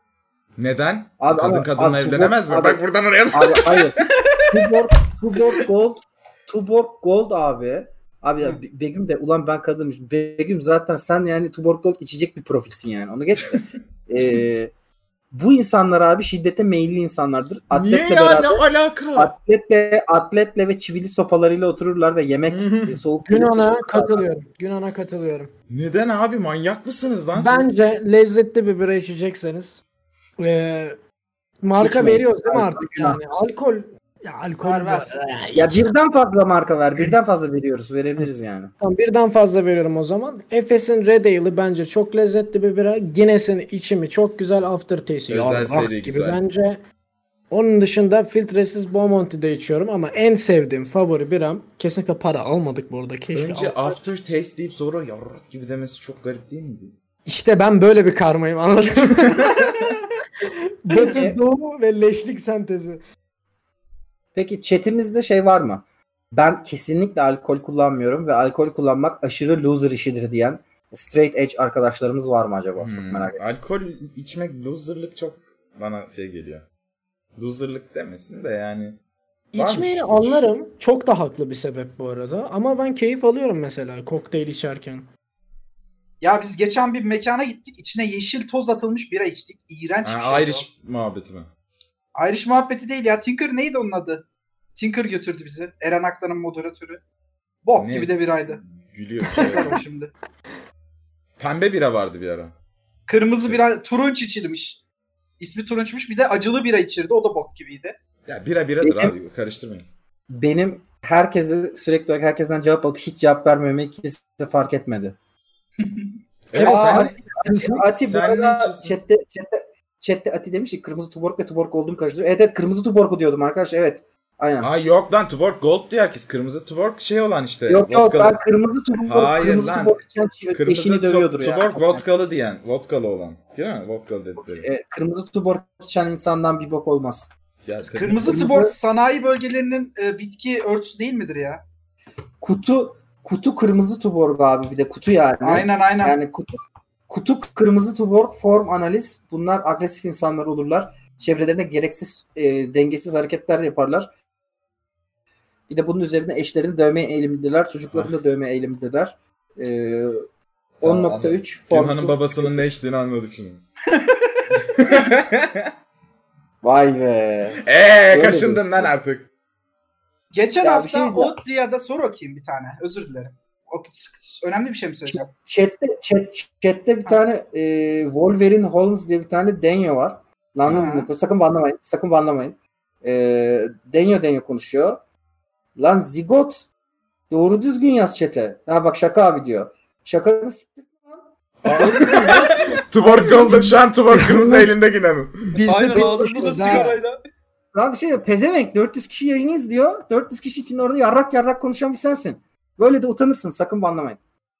Neden? Abi kadın ama- kadınla abi, evlenemez mi? Tuborg- Bak buradan oraya. Abi hayır. Tuborg, Tuborg Gold Tuborg Gold abi. Abi ya, Be- Begüm de ulan ben kadınmış. Begüm zaten sen yani Tuborg Gold içecek bir profilsin yani. Onu geç de. Ee, Bu insanlar abi şiddete meyilli insanlardır. Niye Atletle ya beraber, ne alaka? atletle, atletle ve çivili sopalarıyla otururlar ve yemek e, soğuk Günan'a gelirse- katılıyorum. Günan'a katılıyorum. Neden abi manyak mısınız lan siz? Bence lezzetli bir bira içecekseniz e, marka İçmeyin. veriyoruz değil mi Alkol artık günah. yani? Alkol ya alkol Ver, ver. Ya birden fazla marka ver. Birden fazla veriyoruz. Verebiliriz yani. Tamam, birden fazla veriyorum o zaman. Efes'in Red Ale'ı bence çok lezzetli bir bira. Guinness'in içimi çok güzel, aftertaste'i Özel yarrak seri gibi güzel. bence. Onun dışında filtresiz Beaumonti'de içiyorum ama en sevdiğim favori biram, kesinlikle para almadık bu arada. Keşke Önce al- after taste deyip sonra yarrak gibi demesi çok garip değil miydi? İşte ben böyle bir karmayım, anladın mı? Batı doğu ve leşlik sentezi. Peki chatimizde şey var mı? Ben kesinlikle alkol kullanmıyorum ve alkol kullanmak aşırı loser işidir diyen straight edge arkadaşlarımız var mı acaba? Çok Hmm, merak ettim. Alkol içmek loserlık çok bana şey geliyor. Loserlık demesin de yani. İçmeyi Varmış. anlarım. Çok da haklı bir sebep bu arada. Ama ben keyif alıyorum mesela kokteyl içerken. Ya biz geçen bir mekana gittik. İçine yeşil toz atılmış bira içtik. İğrenç bir Ha, şey. Irish muhabbeti mi? Irish muhabbeti değil ya. Tinker neydi onun adı? Tinker götürdü bizi. Eren Aktan'ın moderatörü. Bok Ne? gibi de biraydı. Gülüyor. Yazar o şimdi. Pembe bira vardı bir ara. Kırmızı bira, turunç içilmiş. İsmi turunçmuş. Bir de acılı bira içirdi. O da bok gibiydi. Ya bira biradır Benim- abi karıştırmayın. Benim herkese sürekli olarak herkesten cevap alıp hiç cevap vermemek kimse fark etmedi. Evet Aa, sen Ati, Ati bu sen ne arada içiyorsun? chatte, chatte, chatte Ati demiş ki kırmızı tuborg ve tuborg olduğumu karıştırıyor. Evet evet kırmızı tuborg diyordum arkadaşlar, evet. Aynen. Ha yok lan Tuborg Gold diyor herkes. Kırmızı Tuborg şey olan işte. yok yok vodkalı. ben kırmızı tuborg, Hayır kırmızı lan. tuborg içen Kırmızı eşini dövüyordur tu- ya. Tuborg vodkalı diyen. Vodkalı olan. Değil mi? Vodkalı dedikleri. E, kırmızı tuborg içen insandan bir bok olmaz. Ya, Kırmızı Kırmızı- spor sanayi bölgelerinin e, bitki örtüsü değil midir ya? Kutu kutu kırmızı tuborg abi, bir de kutu yani. Aynen aynen. Yani kutu kutu kırmızı tuborg, form analiz. Bunlar agresif insanlar olurlar. Çevrelerinde gereksiz e, dengesiz hareketler yaparlar. Bir de bunun üzerine eşlerini dövmeye eğilimlidirler. Çocuklarını da dövmeye eğilimlidirler. E, on nokta üç Günhan'ın formsuz. babasının ne içtiğini anladık şimdi. Vay be. Eee Öyle kaşındın lan artık. Geçen Ya bir hafta şey diyeceğim. Odya'da sor okuyayım bir tane. Özür dilerim. O, önemli bir şey mi söyleyeceğim? Chat'te, chat, chat'te bir tane e, Wolverine Holmes diye bir tane Denyo var. Lan Ha. sakın banlamayın. Sakın banlamayın. E, Denyo Denyo konuşuyor. Lan zigot. Doğru düzgün yaz chat'e. Ha bak şaka abi diyor. Şakanı siktir lan. Tuborg Gold'un şu an Tuborg kırmızı elinde Günhan'ın. Biz Aynen de ağzımda biz- sigarayla. Lan bir şey yok. Pezevenk dört yüz kişi yayını izliyor. dört yüz kişi için orada yarrak yarrak konuşan bir sensin. Böyle de utanırsın. Sakın banlamayın.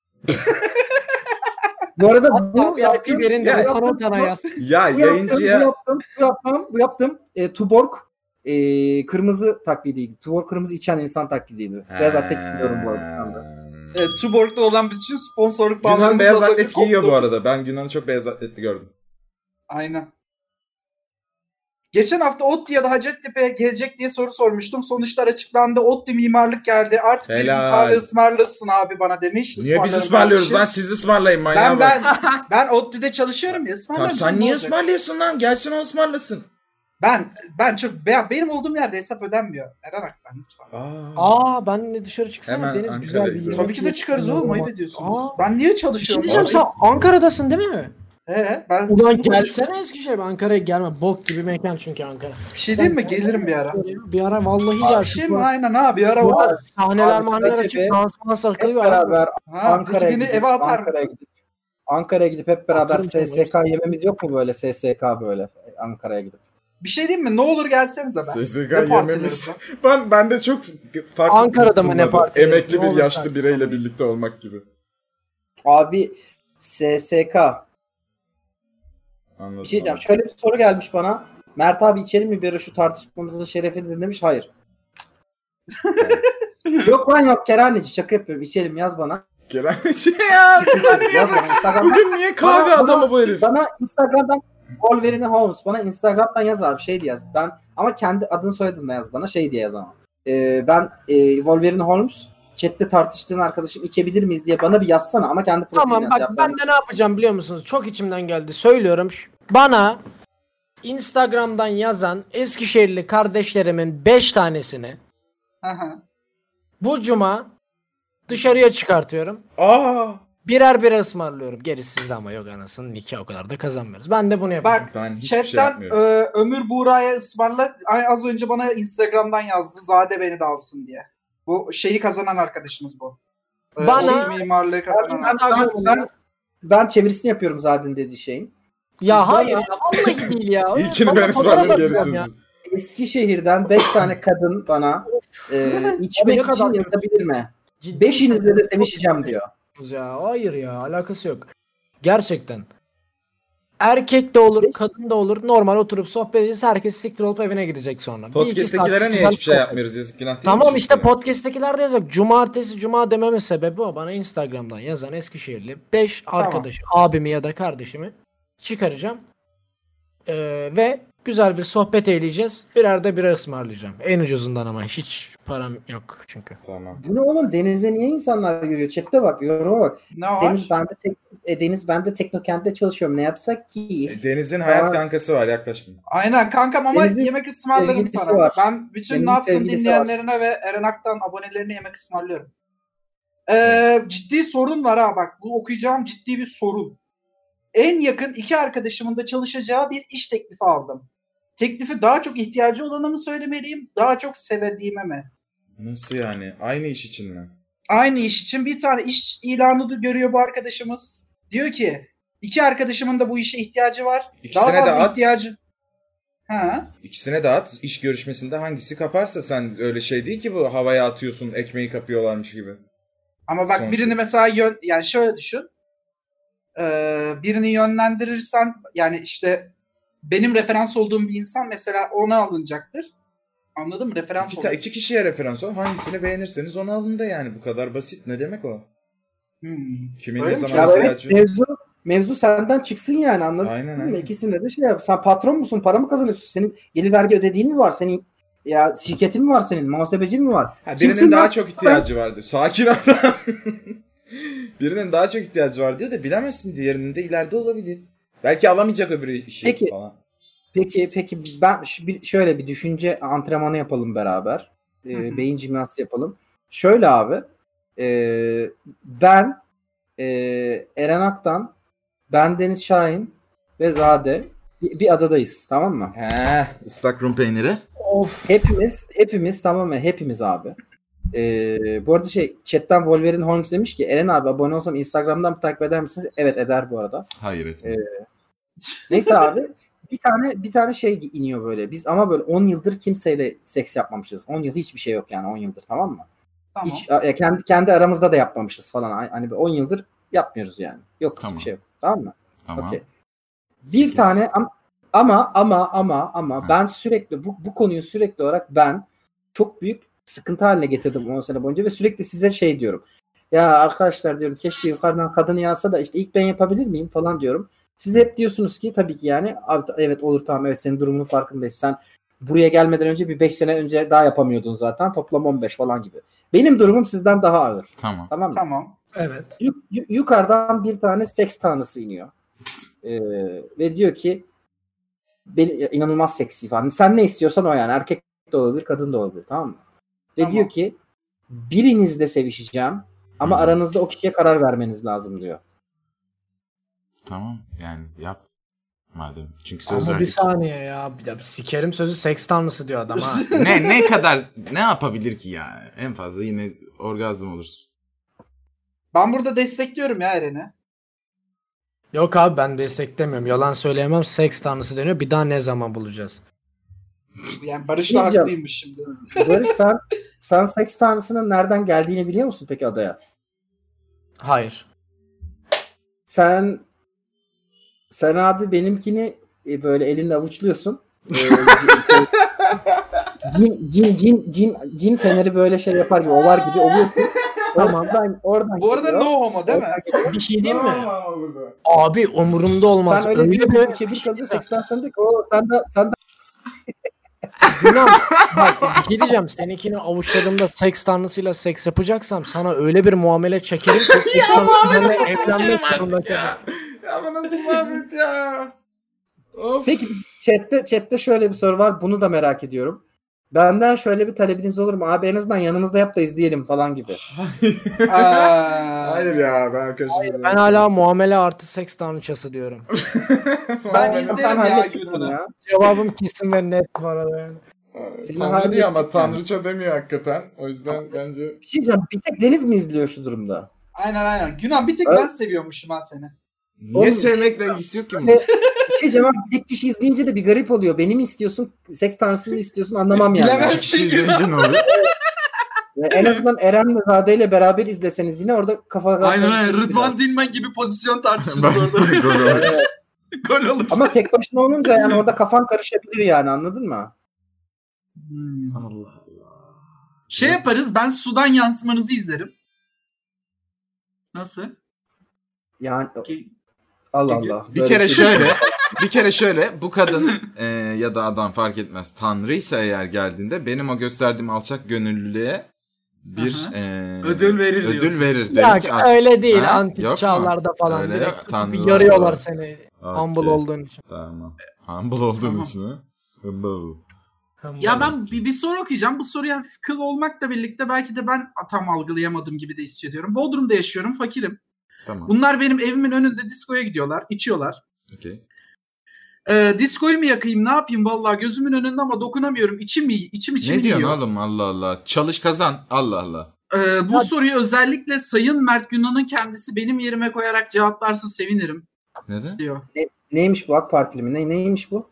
Bu arada bu V I P verin de Ya- utana utana yaz. Ya Bu yaptım, bu yayıncıya yaptım, bu yaptım, bu yaptım. E, Tuborg e, kırmızı taklidiydi. Tuborg kırmızı içen insan taklidiydi. Beyaz atlet giyiyorum bu arada şu anda. Evet, Tuborg'da olan bütün sponsorluk Günhan bağlarımız beyaz az önce atlet giyiyor koptu. bu arada. Ben Günhan'ı çok beyaz atletli gördüm. Aynen. Geçen hafta ODTÜ ya da Hacettepe'ye gelecek diye soru sormuştum. Sonuçlar açıklandı. ODTÜ mimarlık geldi. Artık bir Helal. kahve ısmarlasın abi bana demiş. Niye biz Ismarlarım ısmarlıyoruz kardeşim. lan? Siz ısmarlayın manyağa Ben bak. ben ben ODTÜ'de çalışıyorum ya, ısmarlarım. Tamam sen Ne niye olacak? ısmarlıyorsun lan? Gelsin o ısmarlasın. Ben ben çok ben, benim olduğum yerde hesap ödenmiyor. Eren Aktan lütfen. Aa. Aa ben de dışarı çıksana, Hemen Deniz Ankara'ya güzel bir gidiyorum. Tabii ki de çıkarız oğlum, ayıp ediyorsunuz. Aa. Ben niye Bir şey çalışıyorum? diyeceğim, sen Ankara'dasın değil mi? He, ben Ulan gelsene Eskişehir. Ankara'ya gelme. Bok gibi mekan çünkü Ankara. Bir şey diyeyim mi? Gelirim bir ara. Bir ara vallahi gel. Şimdi aynen ha, bir ara Bu var. sahneler Abi, mahneler Hacettepe- açık. Dansman Hep sarkılıyor. beraber Ha, Ankara'ya beni gidip, eve atar Ankara'ya mısın? gidip Ankara'ya gidip hep beraber Atarım S S K yememiz yok mu böyle, S S K böyle Ankara'ya gidip. Bir şey diyeyim mi? Ne olur gelsenize ben. S S K Ne yememiz. partileriz lan? Ben ben de çok farklı. Ankara'da mı ne tınladı. partileri? Emekli Ne bir olur yaşlı sen. bireyle birlikte olmak gibi. Abi S S K. Anladım. Bir şey diyeceğim. Şöyle bir soru gelmiş bana. Mert abi içelim mi bir ara şu tartışmamızın şerefini demiş. Hayır. Yok lan yok, kerhaneci şaka yapıyorum. İçelim, yaz bana. Kerem şey ya. Yaz bana Instagram'dan. Bugün niye kahve Bana- adamı bu herif? Bana Instagram'dan Wolverine Holmes. Bana Instagram'dan yaz abi, şey diye yaz. Ben ama kendi adını soyadını da yaz bana, şey diye yaz ama. Ee, ben e, Wolverine Holmes. Chat'te tartıştığın arkadaşım içebilir miyiz diye bana bir yazsana ama kendi profiline Tamam yaz. bak Ya ben de ne yapacağım biliyor musunuz? Çok içimden geldi. Söylüyorum. Şu- Bana Instagram'dan yazan Eskişehirli kardeşlerimin beş tanesini Aha. bu cuma dışarıya çıkartıyorum. Aa! Birer birer ısmarlıyorum. Gerisi sizde ama yok anasının nikah o kadar da kazanmıyoruz. Ben de bunu yapıyorum. Bak Ben hiçbir şey chatten yapmıyorum. e, Ömür Buğra'ya ısmarla. Ay, az önce bana Instagram'dan yazdı. Zade beni de alsın diye. Bu şeyi kazanan arkadaşımız bu. E, Bana- şey, mimarlığı kazanan Ben, arkadaşımız. ben, ben, ben çevirisini yapıyorum zaten dediği şeyin. Ya Bana- hayır ya vallahi değil ya. İlkini Bana ben fotoğraf ısmarlarım atacağım ya. gerisiniz. Eskişehir'den beş tane kadın bana e, içmek ne için kadar yazabilir mi? Ciddi Beşinizle de sevişeceğim diyor. ya. Hayır ya alakası yok. Gerçekten. Erkek de olur, kadın da olur. Normal oturup sohbet edeceğiz. Herkes siktir olup evine gidecek sonra. Bir iki Podcast'tekilere saat niye güzel hiçbir şey sohbet. yapmıyoruz? Yazık günah değil mi? Tamam işte Çünkü? podcast'tekiler de yazıyor. Cumartesi cuma dememin sebebi o. Bana Instagram'dan yazan Eskişehirli beş arkadaşı, abimi ya da kardeşimi çıkaracağım. Ee, ve güzel bir sohbet eğleyeceğiz. Birer de bira ısmarlayacağım. En ucuzundan ama hiç param yok çünkü. Tamam. Bu ne oğlum? Denize niye insanlar görüyor? Chat'te bak, yoruma bak. Ne var? Deniz ben de tek, e, Deniz ben de Teknokent'te çalışıyorum. Ne yapsak ki? E, Deniz'in hayat Aa. kankası var, yaklaşma. Aynen kankam ama Deniz'in yemek ısmarlarım sevgilisi sana. var. Ben bütün Deniz'in ne yaptım sevgilisi dinleyenlerine ve Eren Ak'tan abonelerine yemek ısmarlıyorum. Ee, ciddi sorun var ha bak. Bu okuyacağım ciddi bir sorun. En yakın iki arkadaşımın da çalışacağı bir iş teklifi aldım. Teklifi daha çok ihtiyacı olana mı söylemeliyim, daha çok sevdiğime mi? Nasıl yani? Aynı iş için mi? Aynı iş için bir tane iş ilanı da görüyor bu arkadaşımız. Diyor ki iki arkadaşımın da bu işe ihtiyacı var. İkisine daha de fazla at. ihtiyacı. Ha. İkisine de at. İş görüşmesinde hangisi kaparsa, sen öyle şey değil ki bu, havaya atıyorsun ekmeği kapıyorlarmış gibi. Ama bak Son birini şey. mesela yön, yani şöyle düşün. Ee, birini yönlendirirsen yani işte benim referans olduğum bir insan mesela ona alınacaktır. Anladın mı? Referans İki, ta- olur. iki kişiye referans ol. Hangisini beğenirseniz onu alın da yani. Bu kadar basit. Ne demek o? Hmm. Kimin Öyle ne mi? zaman Ya evet, ihtiyacı? mevzu mevzu senden çıksın yani, anladın Aynen, mı? aynen. İkisinde de şey yap. Sen patron musun? Para mı kazanıyorsun? Senin gelir vergi ödediğin mi var? Senin ya şirketin mi var senin? Muhasebecin mi var? Ha, birinin Kimsin daha lan? çok ihtiyacı vardır. Sakin ol. Birinin daha çok ihtiyacı var diyor da bilemezsin. Diğerinin de ileride olabilir. Belki alamayacak öbürü işi Peki. falan. Peki peki ben ş- bir, şöyle bir düşünce antrenmanı yapalım beraber. Ee, Hı hı. beyin jimnastiği yapalım. Şöyle abi. e, ben e, Eren Aktan, ben Deniz Şahin ve Zade bir, bir adadayız, tamam mı? He, ıslak rum peyniri. Of. Hepimiz hepimiz tamam mı? Hepimiz abi. Ee, bu arada şey chatten Wolverine Holmes demiş ki Eren abi abone olsam Instagram'dan mı takip eder misiniz? Evet, eder bu arada. Hayır etme. Ee, Neyse abi bir tane bir tane şey iniyor böyle. Biz ama böyle on yıldır kimseyle seks yapmamışız. on yıl hiçbir şey yok yani, on yıldır, tamam mı? Tamam. Hiç ya kendi kendi aramızda da yapmamışız falan. Hani on yıldır yapmıyoruz yani. Yok, Tamam. hiçbir şey yok. Tamam mı? Tamam. Okey. Bir Sekiz. tane am- ama ama ama ama Ha. ben sürekli bu bu konuyu sürekli olarak ben çok büyük sıkıntı haline getirdim on sene boyunca ve sürekli size şey diyorum. Ya arkadaşlar diyorum, keşke yukarıdan kadın yağsa da işte ilk ben yapabilir miyim falan diyorum. Siz de hep diyorsunuz ki tabii ki yani abi evet olur tamam, evet senin durumunun farkındayız. Sen buraya gelmeden önce bir beş sene önce daha yapamıyordun zaten. Toplam on beş falan gibi. Benim durumum sizden daha ağır. Tamam. Tamam mı? Tamam. Evet. Yu- yu- yukarıdan bir tane seks tanrısı iniyor. Ee, ve diyor ki beni, ya, inanılmaz seksi falan. Sen ne istiyorsan o yani. Erkek de olabilir, kadın da olabilir, tamam mı? Ve Tamam. diyor ki birinizle sevişeceğim ama Hı. aranızda o kişiye karar vermeniz lazım diyor. Tamam. Yani yap. Madem. Çünkü söz Ama bir verdik. saniye ya. ya sikerim sözü seks tanrısı diyor adam ha. ne ne kadar ne yapabilir ki ya? En fazla yine orgazm olursun. Ben burada destekliyorum ya Eren'i. Yok abi ben desteklemiyorum. Yalan söyleyemem. Seks tanrısı deniyor. Bir daha ne zaman bulacağız? Yani Barış da Diyeceğim. haklıymış şimdi. Barış sen, sen seks tanrısının nereden geldiğini biliyor musun peki adaya? Hayır. Sen sen abi benimkini e, böyle elinle avuçluyorsun. Ee, cin, cin, cin, cin, cin feneri böyle şey yapar gibi, ovar gibi oluyorsun. Tamam. Oradan, oradan Bu arada geliyor. no homo değil mi? Bir şey diyeyim mi? Abi umurumda olmaz. Sen öyle Öyle bir de kedi kalıyor seksten sene diyor ki o sen de sen de Günah. Bak bir şey diyeceğim. Seninkini avuçladığımda seks tanrısıyla seks yapacaksam sana öyle bir muamele çekerim ki seks tanrısıyla evlenmek zorunda kalırım. Ya bu nasıl muhabbet ya? Of. Peki chatte, chatte şöyle bir soru var. Bunu da merak ediyorum. Benden şöyle bir talebiniz olur mu? Abi en azından yanımızda yap da izleyelim falan gibi. Aa, Hayır ya ben arkadaşımızın. Ben hala muamele artı seks tanrıçası diyorum. Ben Sen izlerim ya hallettin Gülhan'ı. bunu ya. Cevabım kesin ve net bu arada yani. Senin Tanrı halin- diyor ama tanrıça demiyor hakikaten. O yüzden bence... Bir şey diyeceğim. Bir tek Deniz mi izliyor şu durumda? Aynen aynen. Günan bir tek Evet. ben seviyormuşum ben seni. Niye Oğlum- sevmekle ilgisi yok ki bunun? Ne- Bir şey diyeceğim abi. Tek kişi izleyince de bir garip oluyor. Beni mi istiyorsun? Seks tanrısını mı istiyorsun? Anlamam yani. Bilemem. İki kişi izleyince ne oluyor? Ya en azından Eren'le Zade ile beraber izleseniz yine orada kafa Aynen aynen. karışır Rıdvan biraz. Dilmen gibi pozisyon tartışırız Ben- orada. Evet. Gol olur. Ama tek başına olunca yani orada kafan karışabilir yani, anladın mı? Hmm. Allah Allah. Şey yaparız, ben sudan yansımanızı izlerim. Nasıl? Yani Ki- Allah Çünkü Allah. Bir Böyle kere şey- şöyle, bir kere şöyle bu kadın e, ya da adam fark etmez tanrıysa eğer geldiğinde benim o gösterdiğim alçak gönüllülüğe bir Aha. e, Ödül verir ödül diyorsun. verir. Ya Derim ki, öyle değil. Ha? Antik Yok mu? çağlarda falan Öyle direkt tutup tanrılar yarıyorlar var. seni. Okey. Humble olduğun için. Tamam. Humble olduğum Tamam. için ha. Humble. Ya ben bir, bir soru okuyacağım. Bu soruya kıl olmakla birlikte belki de ben tam algılayamadım gibi de hissediyorum. Bodrum'da yaşıyorum, fakirim. Tamam. Bunlar benim evimin önünde diskoya gidiyorlar, içiyorlar. Okey. Ee, diskoyu mu yakayım, ne yapayım, vallahi gözümün önünde ama dokunamıyorum. İçim iyi, içim içim Ne diyorsun yiyor. oğlum Allah Allah. Çalış kazan. Allah Allah. Ee, bu soruyu özellikle Sayın Mert Günan'ın kendisi benim yerime koyarak cevaplarsa sevinirim Neden? diyor. Neymiş bu, AK Partili mi? Ne, neymiş bu?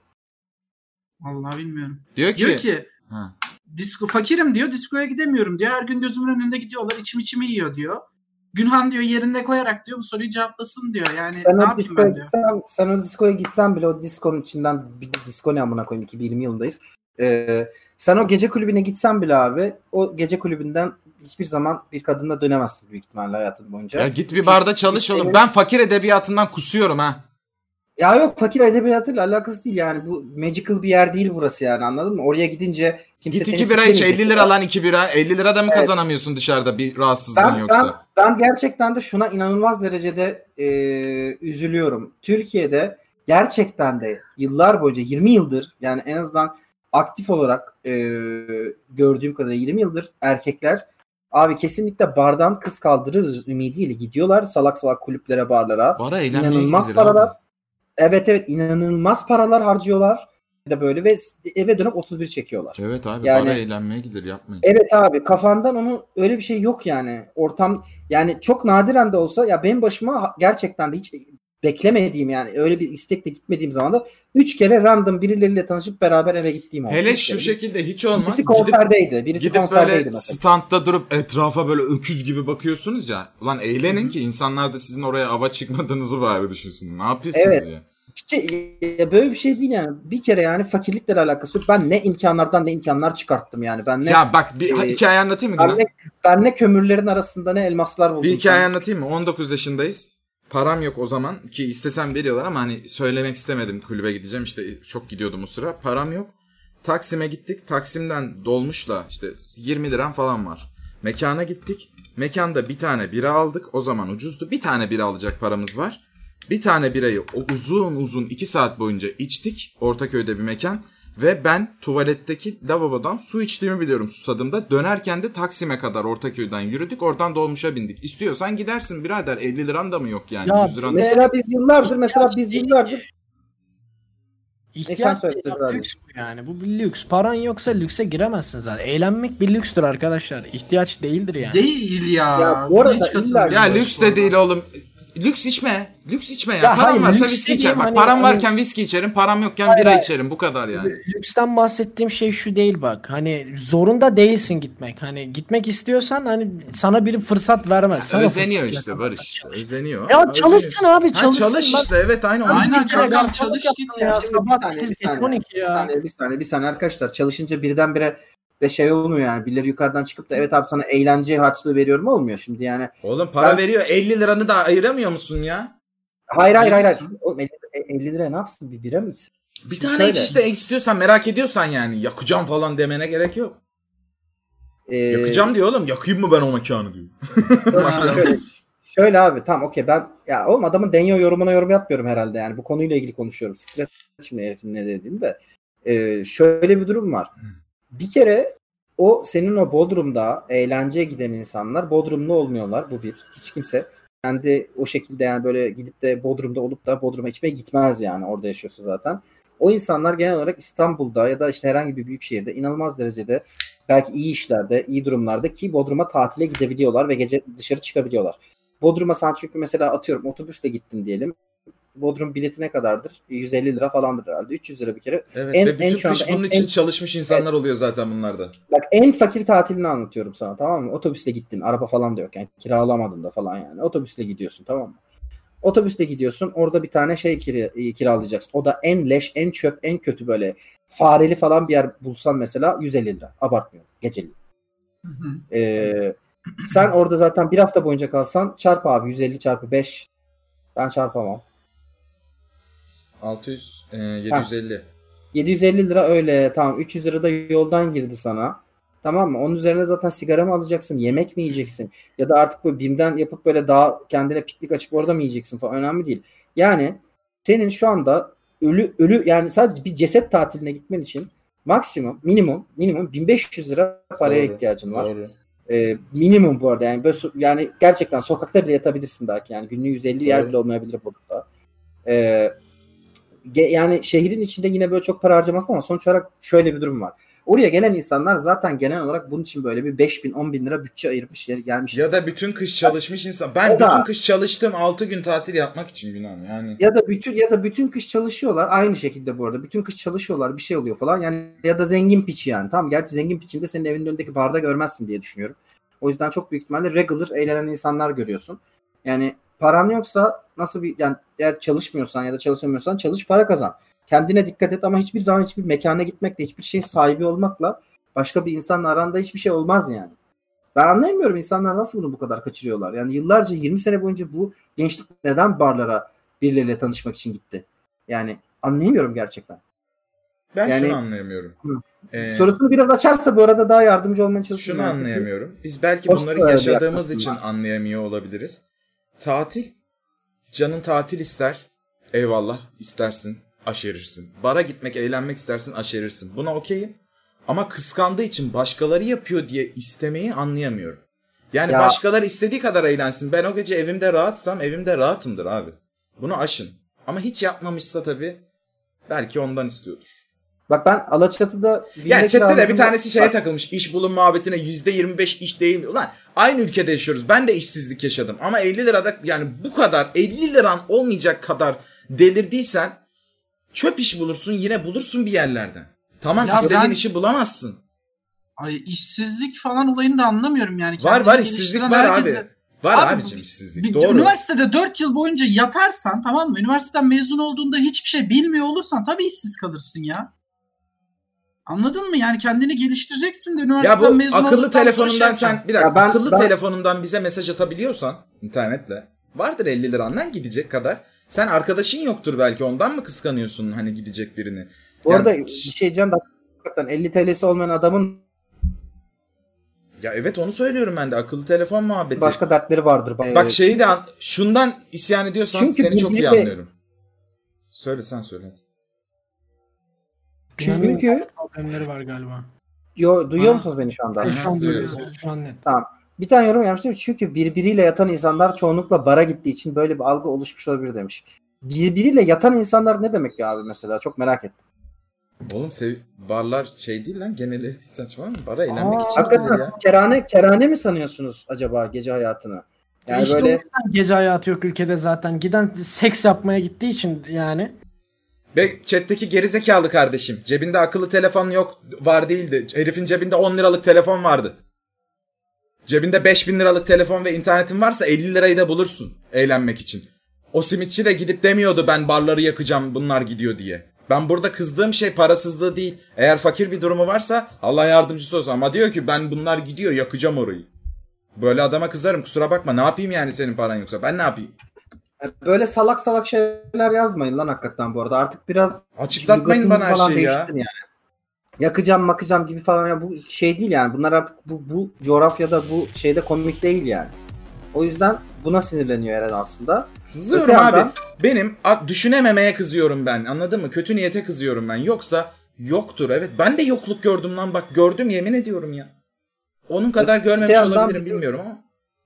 Vallahi bilmiyorum. Diyor ki. Diyor ki Ha. disko fakirim diyor, diskoya gidemiyorum diyor. Her gün gözümün önünde gidiyorlar, içim içimi yiyor diyor. Günhan diyor yerinde koyarak diyor bu soruyu cevaplasın diyor. Yani Sen ne o yapayım diskoya ben diyor. gitsen, sen o diskoya gitsen bile o diskonun içinden bir disko ne amına koyayım, iki bin yirmi yılındayız. Ee, sen o gece kulübüne gitsen bile abi o gece kulübünden hiçbir zaman bir kadınla dönemezsin büyük ihtimalle hayatın boyunca. Ya git bir barda çalış oğlum. Ben fakir edebiyatından kusuyorum ha. Ya yok, fakir edebiyatıyla alakası değil yani, bu magical bir yer değil burası yani, anladın mı? Oraya gidince kimse Git seni iki bira iç. siklemeyecek. elli lira lan iki bira. elli lira da mı Evet. kazanamıyorsun dışarıda bir rahatsızlığın Ben, ben, yoksa? ben gerçekten de şuna inanılmaz derecede e, üzülüyorum. Türkiye'de gerçekten de yıllar boyunca yirmi yıldır yani en azından aktif olarak e, gördüğüm kadarıyla yirmi yıldır erkekler abi kesinlikle bardan kız kaldırır ümidiyle gidiyorlar salak salak kulüplere, barlara. Bara eğlenmeye İnanılmaz gidilir paralar. abi. Evet evet, inanılmaz paralar harcıyorlar de böyle ve eve dönüp otuz bir çekiyorlar. Evet abi Yani- bara eğlenmeye gidilir yapmayın. Evet abi, kafandan onu öyle bir şey yok yani. Ortam yani çok nadiren de olsa ya benim başıma ha- gerçekten de hiç beklemediğim yani öyle bir istekle gitmediğim zaman da üç kere random birileriyle tanışıp beraber eve gittiğim oldu. Hele Üç şu kere. şekilde hiç olmaz. Birisi Gidip, konserdeydi. Birisi gidip konserdeydi böyle mesela. standta durup etrafa böyle öküz gibi bakıyorsunuz ya. Ulan eğlenin ki insanlar da sizin oraya ava çıkmadığınızı bari düşünsün. Ne yapıyorsunuz Evet. ya? Bir şey- ya böyle bir şey değil yani. Bir kere yani fakirlikle alakası yok. Ben ne imkanlardan ne imkanlar çıkarttım yani. Ben ne Ya bak bir Ee, hikaye anlatayım mı? ben Günan? ne, ben ne kömürlerin arasında ne elmaslar buldum. Bir hikaye Ben- anlatayım mı? on dokuz yaşındayız. Param yok o zaman ki istesem veriyorlar ama hani söylemek istemedim kulübe gideceğim işte çok gidiyordum o sıra. Param yok. Taksim'e gittik. Taksim'den dolmuşla işte yirmi liram falan var. Mekana gittik. Mekanda bir tane bira aldık. O zaman ucuzdu. Bir tane bira alacak paramız var. Bir tane birayı o uzun uzun iki saat boyunca içtik. Ortaköy'de bir mekan. Ve ben tuvaletteki lavabodan su içtiğimi biliyorum susadığımda. Dönerken de Taksim'e kadar Ortaköy'den yürüdük. Oradan dolmuşa bindik. İstiyorsan gidersin birader. elli liran da mı yok yani? Ya yüz liran da- Mesela biz yıllardır mesela biz yıllardır İhtiyaç söyle değil, abi. lüks bu yani. Bu bir lüks. Paran yoksa lükse giremezsin zaten. Eğlenmek bir lükstür arkadaşlar. İhtiyaç değildir yani. Değil ya. Ya bu Buna arada hiç illa- katılmıyorum. Ya lüks de değil oğlum. Lüks içme. Lüks içme ya. Ya param hayır, varsa lüks viski dediğim içerim. Bak hani- param hani- varken viski içerim. Param yokken Hayır, bira hayır. içerim. Bu kadar yani. Lüksten bahsettiğim şey şu değil bak. Hani zorunda değilsin gitmek. Hani gitmek istiyorsan hani sana biri fırsat vermez. Sana Özeniyor fırsat işte vermez. Barış. Çalış. Özeniyor. Ya Özeniyor. çalışsın abi Ha, çalışsın. çalış Bak, işte evet aynı. Aynen, Onu biz çalış, çalış. çalış git ya. ya. Şimdi Sabah bir saniye, bir sekiz, saniye, on iki bir ya. saniye, bir saniye, bir saniye arkadaşlar. Çalışınca birdenbire de şey olmuyor yani. Birileri yukarıdan çıkıp da evet abi sana eğlence harçlığı veriyorum olmuyor şimdi yani. Oğlum para Ben- veriyor. elli liranı da ayıramıyor musun ya? Hayır hayır hayır. hayır. Biliyorsun. Oğlum elli, elli liraya ne yapsın? Bir bira mı içsin? Bir Şimdi tane şöyle. iç işte istiyorsan merak ediyorsan yani. Yakacağım falan demene gerek yok. Ee, Yakacağım diyor oğlum. Yakayım mı ben o mekanı diyor. Şimdi şöyle, şöyle abi tamam okey ben ya oğlum adamın deniyor yorumuna yorum yapmıyorum herhalde yani bu konuyla ilgili konuşuyorum. Siklet şimdi herifin ne dediğini de. Ee, şöyle bir durum var. Bir kere o senin o Bodrum'da eğlenceye giden insanlar Bodrumlu olmuyorlar bu bir. Hiç kimse kendi o şekilde yani böyle gidip de Bodrum'da olup da Bodrum'a içmeye gitmez yani orada yaşıyorsa zaten. O insanlar genel olarak İstanbul'da ya da işte herhangi bir büyük şehirde inanılmaz derecede belki iyi işlerde, iyi durumlarda ki Bodrum'a tatile gidebiliyorlar ve gece dışarı çıkabiliyorlar. Bodrum'a sen çünkü mesela atıyorum otobüsle gittin diyelim. Bodrum bileti ne kadardır? yüz elli lira falandır herhalde. üç yüz lira bir kere. Evet en, ve bütün en şu kış anda bunun en, için en, çalışmış insanlar oluyor zaten bunlarda. Bak en fakir tatilini anlatıyorum sana tamam mı? Otobüsle gittin. Araba falan da yok yani. Kiralamadın da falan yani. Otobüsle gidiyorsun tamam mı? Otobüsle gidiyorsun. Orada bir tane şey kira, kiralayacaksın. O da en leş, en çöp, en kötü böyle fareli falan bir yer bulsan mesela yüz elli lira. Abartmıyorum. Geceli. Ee, sen orada zaten bir hafta boyunca kalsan çarp abi yüz elli çarpı beş. Ben çarpamam. altı yüz, e, yedi yüz elli. yedi yüz elli lira öyle tamam üç yüz lira da yoldan girdi sana. Tamam mı? Onun üzerine zaten sigara mı alacaksın? Yemek mi yiyeceksin? Ya da artık böyle BİM'den yapıp böyle daha kendine piknik açıp orada mı yiyeceksin falan önemli değil. Yani senin şu anda ölü ölü yani sadece bir ceset tatiline gitmen için maksimum minimum minimum bin beş yüz lira paraya Doğru, ihtiyacın var. Doğru. Ee, minimum bu arada yani böyle yani gerçekten sokakta bile yatabilirsin belki yani günlüğü yüz elli yer bile olmayabilir burada. Ee, yani şehrin içinde yine böyle çok para harcamasın ama sonuç olarak şöyle bir durum var. Oraya gelen insanlar zaten genel olarak bunun için böyle bir beş bin on bin lira bütçe ayırmış gelmiş. Ya da bütün kış çalışmış insan. Ben ya bütün da, kış çalıştım altı gün tatil yapmak için günahım yani. Ya da bütün ya da bütün kış çalışıyorlar aynı şekilde bu arada. Bütün kış çalışıyorlar bir şey oluyor falan. Yani ya da zengin piçi yani. Tamam gerçi zengin piçinde senin evinin önündeki barda görmezsin diye düşünüyorum. O yüzden çok büyük ihtimalle regular eğlenen insanlar görüyorsun. Yani paran yoksa nasıl bir yani eğer çalışmıyorsan ya da çalışamıyorsan çalış para kazan. Kendine dikkat et ama hiçbir zaman hiçbir mekana gitmekle, hiçbir şeyin sahibi olmakla başka bir insanla aranda hiçbir şey olmaz yani. Ben anlayamıyorum insanlar nasıl bunu bu kadar kaçırıyorlar. Yani yıllarca yirmi sene boyunca bu gençlik neden barlara birileriyle tanışmak için gitti? Yani anlayamıyorum gerçekten. Ben yani, şunu anlayamıyorum. Ee, sorusunu biraz açarsa bu arada daha yardımcı olmaya çalışıyorum. Şunu yani. anlayamıyorum. Biz belki bunları yaşadığımız için var. Anlayamıyor olabiliriz. Tatil, canın tatil ister. Eyvallah istersin. Aşerirsin. Bara gitmek, eğlenmek istersin, aşerirsin. Buna okeyim. Ama kıskandığı için başkaları yapıyor diye istemeyi anlayamıyorum. Yani ya. Başkaları istediği kadar eğlensin. Ben o gece evimde rahatsam evimde rahatımdır abi. Bunu aşın. Ama hiç yapmamışsa tabii belki ondan istiyordur. Bak ben Alaçatı'da... Ya chatte de bir tanesi şeye takılmış. İş bulun muhabbetine yüzde yirmi beş iş değil mi? Ulan aynı ülkede yaşıyoruz. Ben de işsizlik yaşadım. Ama elli lirada yani bu kadar elli liran olmayacak kadar delirdiysen çöp iş bulursun yine bulursun bir yerlerden. Tamam ya istediğin ben, işi bulamazsın. Ay işsizlik falan olayını da anlamıyorum yani. Var var işsizlik var herkese... abi. Var abi, abicim işsizlik bir, doğru. Üniversitede dört yıl boyunca yatarsan tamam mı? Üniversiteden mezun olduğunda hiçbir şey bilmiyor olursan tabii işsiz kalırsın ya. Anladın mı? Yani kendini geliştireceksin de üniversiteden ya bu mezun akıllı telefonundan şey sen bir dakika ya ben, akıllı ben... telefonundan bize mesaj atabiliyorsan internetle vardır elli lirandan gidecek kadar. Sen arkadaşın yoktur belki ondan mı kıskanıyorsun hani gidecek birini? Bu yani... arada bir şey diyeceğim de hakikaten elli T L'si olmayan adamın ya evet onu söylüyorum ben de akıllı telefon muhabbeti. Başka dertleri vardır. Bak şeyi de an... şundan isyan ediyorsan çünkü seni çok iyi de... anlıyorum. Söyle sen söyle. Çünkü problemleri var galiba. Yo duyuyor ha. musunuz beni şu anda? Şu an duyuyoruz. Şu an net. Tamam. Bir tane yorum gelmiş değil mi? Çünkü birbiriyle yatan insanlar çoğunlukla bara gittiği için böyle bir algı oluşmuş olabilir demiş. Birbiriyle yatan insanlar ne demek ya abi mesela? Çok merak ettim. Oğlum sev- barlar şey değil lan genel ev saçma mı? Bara eğlenmek Aa, için hakikaten ya. Kerane, kerane mi sanıyorsunuz acaba gece hayatını? Yani işte böyle gece hayatı yok ülkede zaten. Giden seks yapmaya gittiği için yani. Ve chat'teki gerizekalı kardeşim. Cebinde akıllı telefon yok var değildi. Herifin cebinde on liralık telefon vardı. Cebinde beş bin liralık telefon ve internetin varsa elli lirayı da bulursun eğlenmek için. O simitçi de gidip demiyordu ben barları yakacağım bunlar gidiyor diye. Ben burada kızdığım şey parasızlığı değil. Eğer fakir bir durumu varsa Allah yardımcısı olsun. Ama diyor ki ben bunlar gidiyor yakacağım orayı. Böyle adama kızarım kusura bakma. Ne yapayım yani senin paran yoksa ben ne yapayım? Böyle salak salak şeyler yazmayın lan hakikaten bu arada. Artık biraz açıklatmayın bana her şeyi ya. Yani. Yakacağım makacağım gibi falan ya bu şey değil yani. Bunlar artık bu, bu coğrafyada bu şeyde komik değil yani. O yüzden buna sinirleniyor Eren aslında. Kızıyorum Öte abi. yandan- Benim a- düşünememeye kızıyorum ben. Anladın mı? Kötü niyete kızıyorum ben. Yoksa yoktur. Evet ben de yokluk gördüm lan. Bak gördüm yemin ediyorum ya. Onun kadar görmemiş yandan olabilirim bizim- bilmiyorum ama.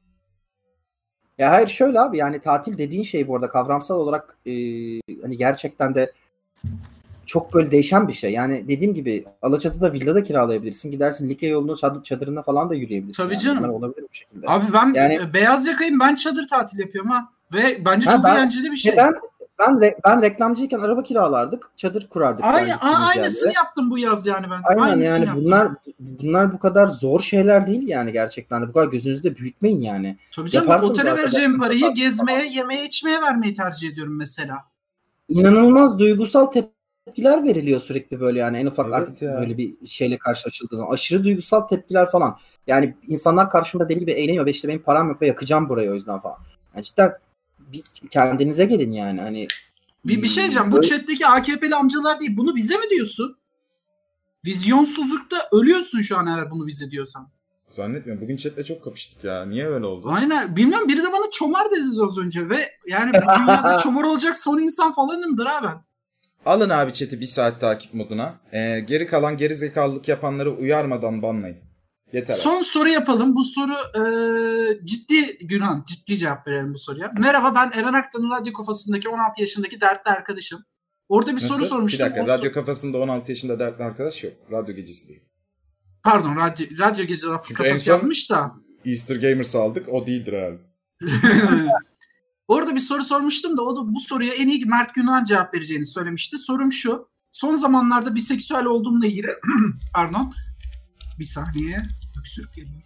Ya hayır şöyle abi, yani tatil dediğin şey bu arada kavramsal olarak e, hani gerçekten de çok böyle değişen bir şey. Yani dediğim gibi Alaçatı'da villada kiralayabilirsin. Gidersin Likya yolunu çadır, çadırında falan da yürüyebilirsin. Tabii yani. canım. Bunlar olabilir bu şekilde. Abi ben Yani- e, beyaz yakayım, ben çadır tatil yapıyorum ha. Ve bence Ha, çok ben- eğlenceli bir şey. Ben ben re- ben reklamcıyken araba kiralardık. Çadır kurardık. Aynı, yani gittiğimiz aynısını yerlere. yaptım bu yaz yani ben. Aynen Aynısını yani yaptım. bunlar bunlar bu kadar zor şeyler değil yani gerçekten de. Bu kadar gözünüzde büyütmeyin yani. Tabii canım, yaparsınız otele vereceğim arkadaşlar. parayı gezmeye, yemeye, içmeye vermeyi tercih ediyorum mesela. İnanılmaz duygusal tepkiler veriliyor sürekli böyle yani en ufak Evet artık ya. böyle bir şeyle karşılaşıldığı zaman. Aşırı duygusal tepkiler falan. Yani insanlar karşımda deli gibi eğleniyor ve işte benim param yok ve yakacağım burayı o yüzden falan. Yani cidden bir kendinize gelin yani hani. Bir, bir şey diyeceğim. Bu Böyle- chat'teki A K P'li amcalar değil. Bunu bize mi diyorsun? Vizyonsuzlukta ölüyorsun şu an eğer bunu bize diyorsan. Zannetmiyorum. Bugün chatle çok kapıştık ya. Niye öyle oldu? Aynen. Bilmiyorum, biri de bana çomar dedi az önce ve yani bu dünyada çomar olacak son insan falanımdır ha ben. Alın abi chat'i bir saat takip moduna. Ee, geri kalan geri zekalılık yapanları uyarmadan banlayın. Yeter. abi. Son soru yapalım. Bu soru e, ciddi Günhan. Ciddi cevap verelim bu soruya. Merhaba, ben Eren Aktan'ın radyo kafasındaki on altı yaşındaki dertli arkadaşım. Orada bir Nasıl? soru sormuştum. Bir dakika. O so- Radyo kafasında on altı yaşında dertli arkadaş yok. Radyo gecesi değil. Pardon, radyo, radyo gece rafı Çünkü en kafası son- yazmış da. Easter Gamers aldık. O değildir herhalde. Orada bir soru sormuştum da o da bu soruya en iyi Mert Günhan cevap vereceğini söylemişti. Sorum şu. Son zamanlarda biseksüel olduğumla ilgili pardon. Bir saniye. Öksürük geliyor.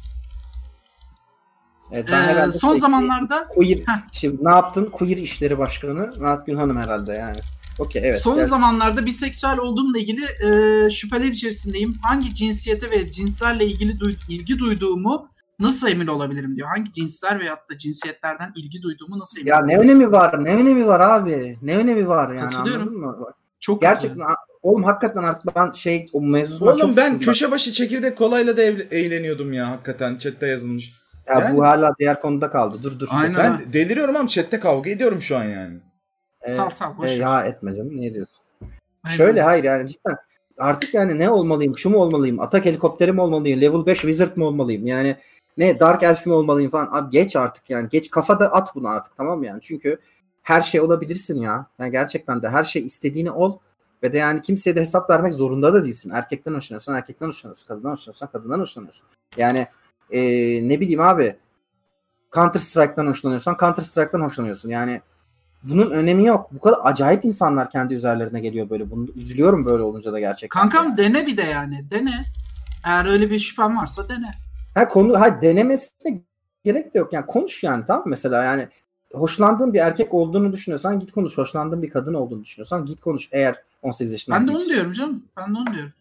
Evet, Ee, ben herhalde son sürekli zamanlarda queer, Heh. şimdi ne yaptın? Queer İşleri Başkanı Mert Günhan'ım herhalde yani. Okey evet. son evet. zamanlarda biseksüel olduğumla ilgili e, şüpheler içerisindeyim. Hangi cinsiyete ve cinslerle ilgili duy- ilgi duyduğumu nasıl emin olabilirim diyor. Hangi cinsler veyahut da cinsiyetlerden ilgi duyduğumu nasıl emin Ya ne olabilirim? önemi var? Ne önemi var abi? Ne önemi var yani Katılıyorum. anladın mı? Çok Gerçekten oğlum hakikaten artık ben şey o mevzusuna Oğlum çok ben sıkıldım. köşe başı çekirdek kolayla da ev- eğleniyordum ya hakikaten. Chatte yazılmış. Ya Yani- bu hala diğer konuda kaldı. Dur dur. Aynen. Ben deliriyorum ama chatte kavga ediyorum şu an yani. Ee, Sal sal, boş e, ver. ya etme canım. Niye diyorsun? Aynen. Şöyle hayır yani cidden artık yani ne olmalıyım? Şu mu olmalıyım? Atak helikopteri mi olmalıyım? Level beş wizard mı olmalıyım? Yani ne Dark Elf mi olmalıyım falan. Abi geç artık yani. Geç kafada at bunu artık tamam mı yani? Çünkü her şey olabilirsin ya. Yani gerçekten de her şey istediğini ol. Ve de yani kimseye de hesap vermek zorunda da değilsin. Erkekten hoşlanıyorsan erkekten hoşlanıyorsun. Kadından hoşlanıyorsan kadından hoşlanıyorsun. Yani ee, ne bileyim abi Counter Strike'dan hoşlanıyorsan Counter Strike'dan hoşlanıyorsun. Yani bunun önemi yok. Bu kadar acayip insanlar kendi üzerlerine geliyor böyle. Bunu üzülüyorum böyle olunca da gerçekten. Kankam Yani. dene bir de yani. Dene. Eğer öyle bir şüphen varsa dene. Ha konu ha denemesine gerek de yok. Yani konuş yani tamam mı? Mesela yani hoşlandığın bir erkek olduğunu düşünüyorsan git konuş. Hoşlandığın bir kadın olduğunu düşünüyorsan git konuş. Eğer on sekiz yaşında. Ben de onu diyorum canım. Ben de onu diyorum.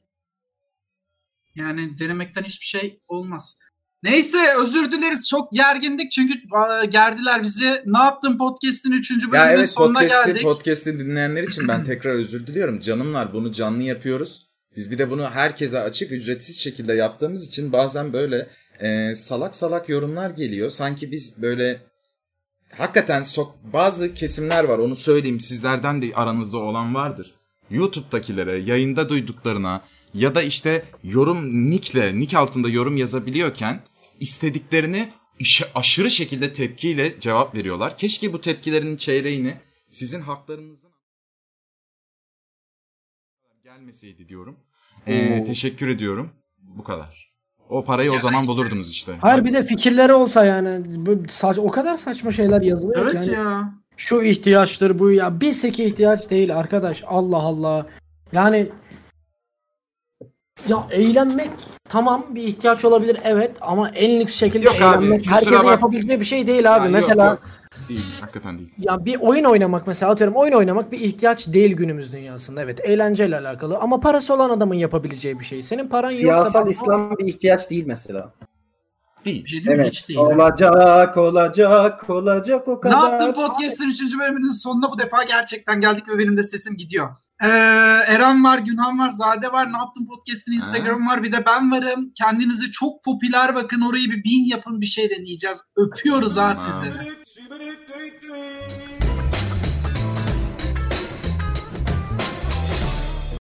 Yani denemekten hiçbir şey olmaz. Neyse, özür dileriz. Çok gergindik çünkü e, gerdiler bizi. Ne yaptın podcast'in üçüncü Ya bölümünün evet sonuna podcast'i, geldik. podcast'i dinleyenler için ben tekrar özür diliyorum. Canımlar bunu canlı yapıyoruz. Biz bir de bunu herkese açık ücretsiz şekilde yaptığımız için bazen böyle e, salak salak yorumlar geliyor. Sanki biz böyle hakikaten sok bazı kesimler var onu söyleyeyim sizlerden de aranızda olan vardır. YouTube'dakilere yayında duyduklarına ya da işte yorum nickle nick altında yorum yazabiliyorken istediklerini işe, aşırı şekilde tepkiyle cevap veriyorlar. Keşke bu tepkilerin çeyreğini sizin haklarınızın gelmeseydi diyorum. Ee, teşekkür ediyorum. Bu kadar. O parayı o zaman bulurdunuz işte. Hayır bir de fikirleri olsa yani bu saç, o kadar saçma şeyler yazılıyor Evet ki yani ya. şu ihtiyaçtır bu ya bir seki ihtiyaç değil arkadaş Allah Allah yani ya eğlenmek tamam bir ihtiyaç olabilir evet ama en lüks şekilde Yok abi, eğlenmek kusura herkesin bak- yapabileceği bir şey değil abi Ya mesela yok, yok. Değil, hakikaten değil. ya bir oyun oynamak mesela atıyorum oyun oynamak bir ihtiyaç değil günümüz dünyasında evet eğlenceyle alakalı ama parası olan adamın yapabileceği bir şey senin paran yoksa Siyasal bak- İslam bir ihtiyaç değil mesela. Değil. Bir şey değil mi? Evet. Hiç değil. Olacak, olacak, olacak o Ne kadar. yaptın podcast'in üçüncü bölümünün sonuna bu defa gerçekten geldik ve benim de sesim gidiyor. Ee, Eren var, Günhan var, Zade var. Ne yaptın podcast'in Instagram var. Bir de ben varım. Kendinize çok popüler bakın. Orayı bir bin yapın, bir şey deneyeceğiz. Öpüyoruz ha sizleri.